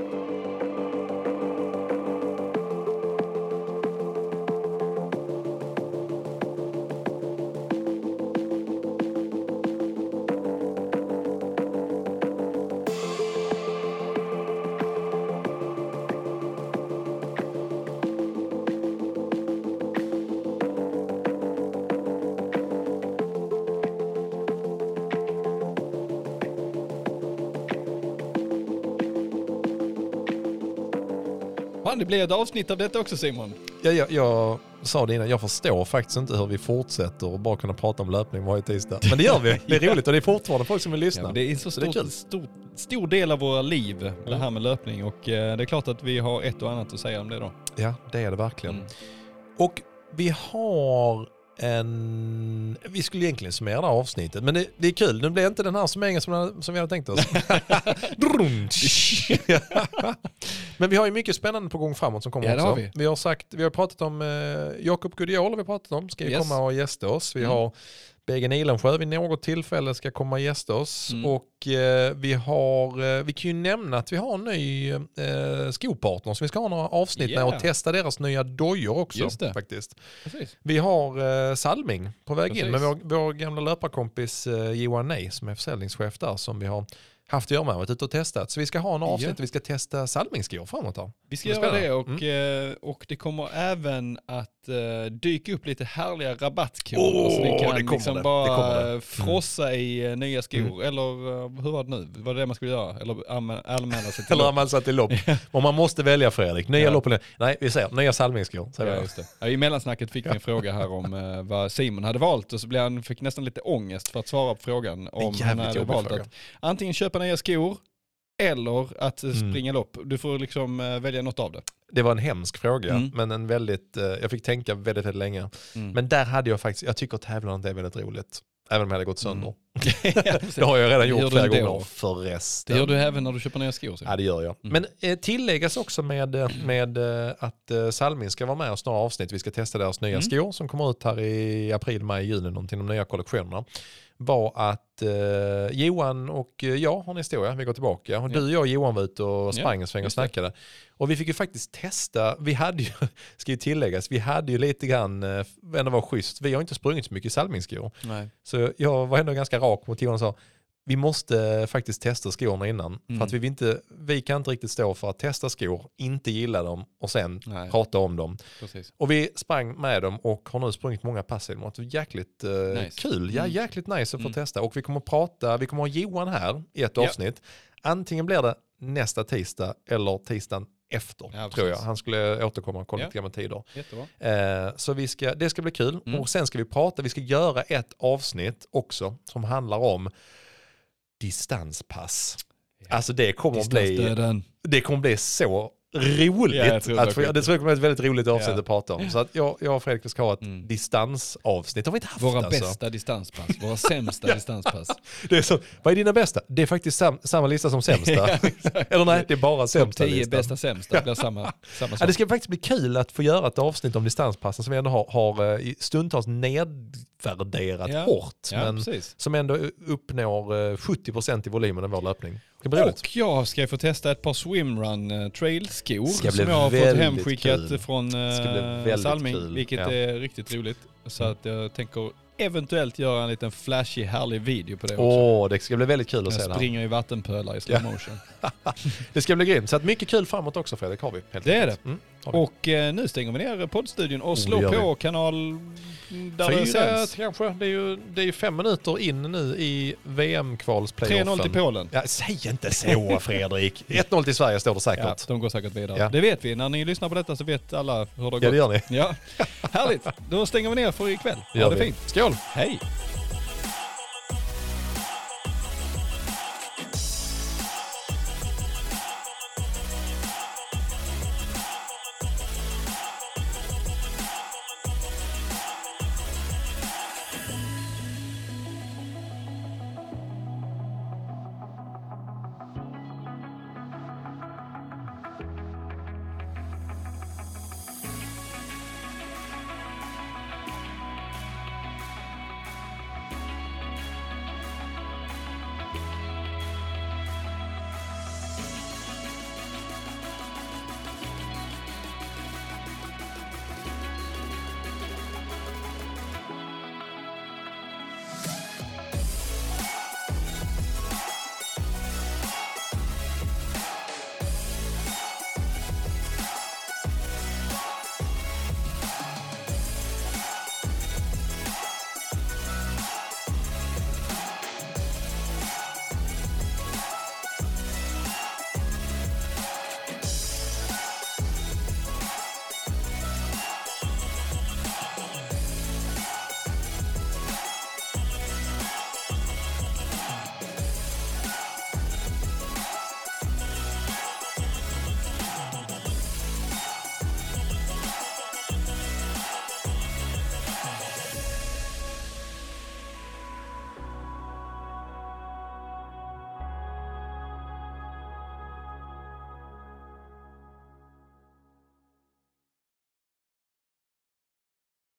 Det blir ett avsnitt av detta också, Simon. Jag sa det innan, jag förstår faktiskt inte hur vi fortsätter och bara kunna prata om löpning varje tisdag. Men det gör vi, det är roligt och det är fortfarande folk som vill lyssna. Ja, det är så stor del av våra liv, det här med löpning. Och det är klart att vi har ett och annat att säga om det då. Ja, det är det verkligen. Och vi har vi skulle egentligen summera det här avsnittet, men det är kul. Nu blir inte den här summeringen som vi hade tänkt oss. Men vi har ju mycket spännande på gång framåt som kommer också. Vi har pratat om Jakob Gudiol, ska ju komma och gästa oss. Vi har BG Nilensjö vid något tillfälle ska komma och gästa oss. Och vi kan ju nämna att vi har en ny skopartner som vi ska ha några avsnitt med och testa deras nya dojor också faktiskt. Precis. Vi har Salming på väg in med vår gamla löparkompis Johan Ney som är försäljningschef där som vi har haft att göra med varit ute och testat. Så vi ska ha en avsnitt där vi ska testa Salmingskor framåt här. Vi ska göra det och det kommer även att dyka upp lite härliga rabattkoder så ni kan liksom bara frossa i nya skor. Eller hur var det nu? Var det man skulle göra? Eller anmäla sig till eller anmäla sig till lopp. Om man måste välja, Fredrik. Nya lopp. Nej, vi säger nya Salming-skor. Just det. I mellansnacket fick vi en fråga här om vad Simon hade valt och så fick nästan lite ångest för att svara på frågan om han hade valt att antingen köpa nya skor eller att springa lopp. Du får liksom välja något av det. Det var en hemsk fråga, men en väldigt, jag fick tänka väldigt, väldigt länge. Men där hade jag faktiskt, jag tycker att tävlandet är väldigt roligt. Även om jag hade gått sönder. Det har jag redan gjort flera gånger förresten. Det gör du även när du köper nya skor? Ja, det gör jag. Men tilläggas också med att Salming ska vara med oss några avsnitt. Vi ska testa deras nya skor som kommer ut här i april, maj, juni, någonting, de nya kollektionerna. Var att Johan och jag har en historia, vi går tillbaka. Och du, jag och Johan var ute och sprang en sväng och snackade. Och vi fick ju faktiskt testa, vi hade ju, ska ju tilläggas, vi hade ju lite grann, ändå var schysst, vi har inte sprungit så mycket Salming-skor. Så jag var ändå ganska rak mot Johan och sa, vi måste faktiskt testa skorna innan. För att vi kan inte riktigt stå för att testa skor, inte gilla dem och sen prata om dem. Precis. Och vi sprang med dem och har nu sprungit många pass i dem. Det var jäkligt kul. Ja, jäkligt nice att få testa. Och vi kommer ha Johan här i ett avsnitt. Antingen blir det nästa tisdag eller tisdagen efter, tror jag. Han skulle återkomma och kolla lite gamla tider. Så det ska bli kul. Och sen ska vi ska göra ett avsnitt också som handlar om distanspass. Alltså det kommer att bli så roligt. Det tror jag kommer ett väldigt roligt avsnitt att prata om. Så att jag och Fredrik ska ha ett distansavsnitt. Det har vi inte haft, våra bästa distanspass, våra sämsta distanspass. Det är så, vad är dina bästa? Det är faktiskt samma lista som sämsta. Eller nej, det är bara sämsta. 10 bästa sämsta blir samma sak. Det ska faktiskt bli kul att få göra ett avsnitt om distanspassen som vi ändå har stundtals nedvärderat hårt. Men som ändå uppnår 70% i volymen av vår löpning. Och jag ska få testa ett par swimrun trailskor som jag har fått hemskickat från Salming, vilket är riktigt roligt. Så att jag tänker eventuellt göra en liten flashig, härlig video på det också. Det ska bli väldigt kul att se det. Jag springer i vattenpölar i slow motion. Det ska bli grymt. Så att mycket kul framåt också, Fredrik, har vi. Det är det. Och nu stänger vi ner poddstudion och slår på kanal där 4 det sänds. Kanske. Det är ju 5 minuter in nu i VM-kvalsplayoffen. 3-0 till Polen. Ja, säg inte så, Fredrik. 1-0 till Sverige står det säkert. Ja, de går säkert vidare. Det vet vi. När ni lyssnar på detta så vet alla hur det går. Ja, det gör ni. Ja. Härligt. Då stänger vi ner för ikväll. Ha det fint. Skål. Hej.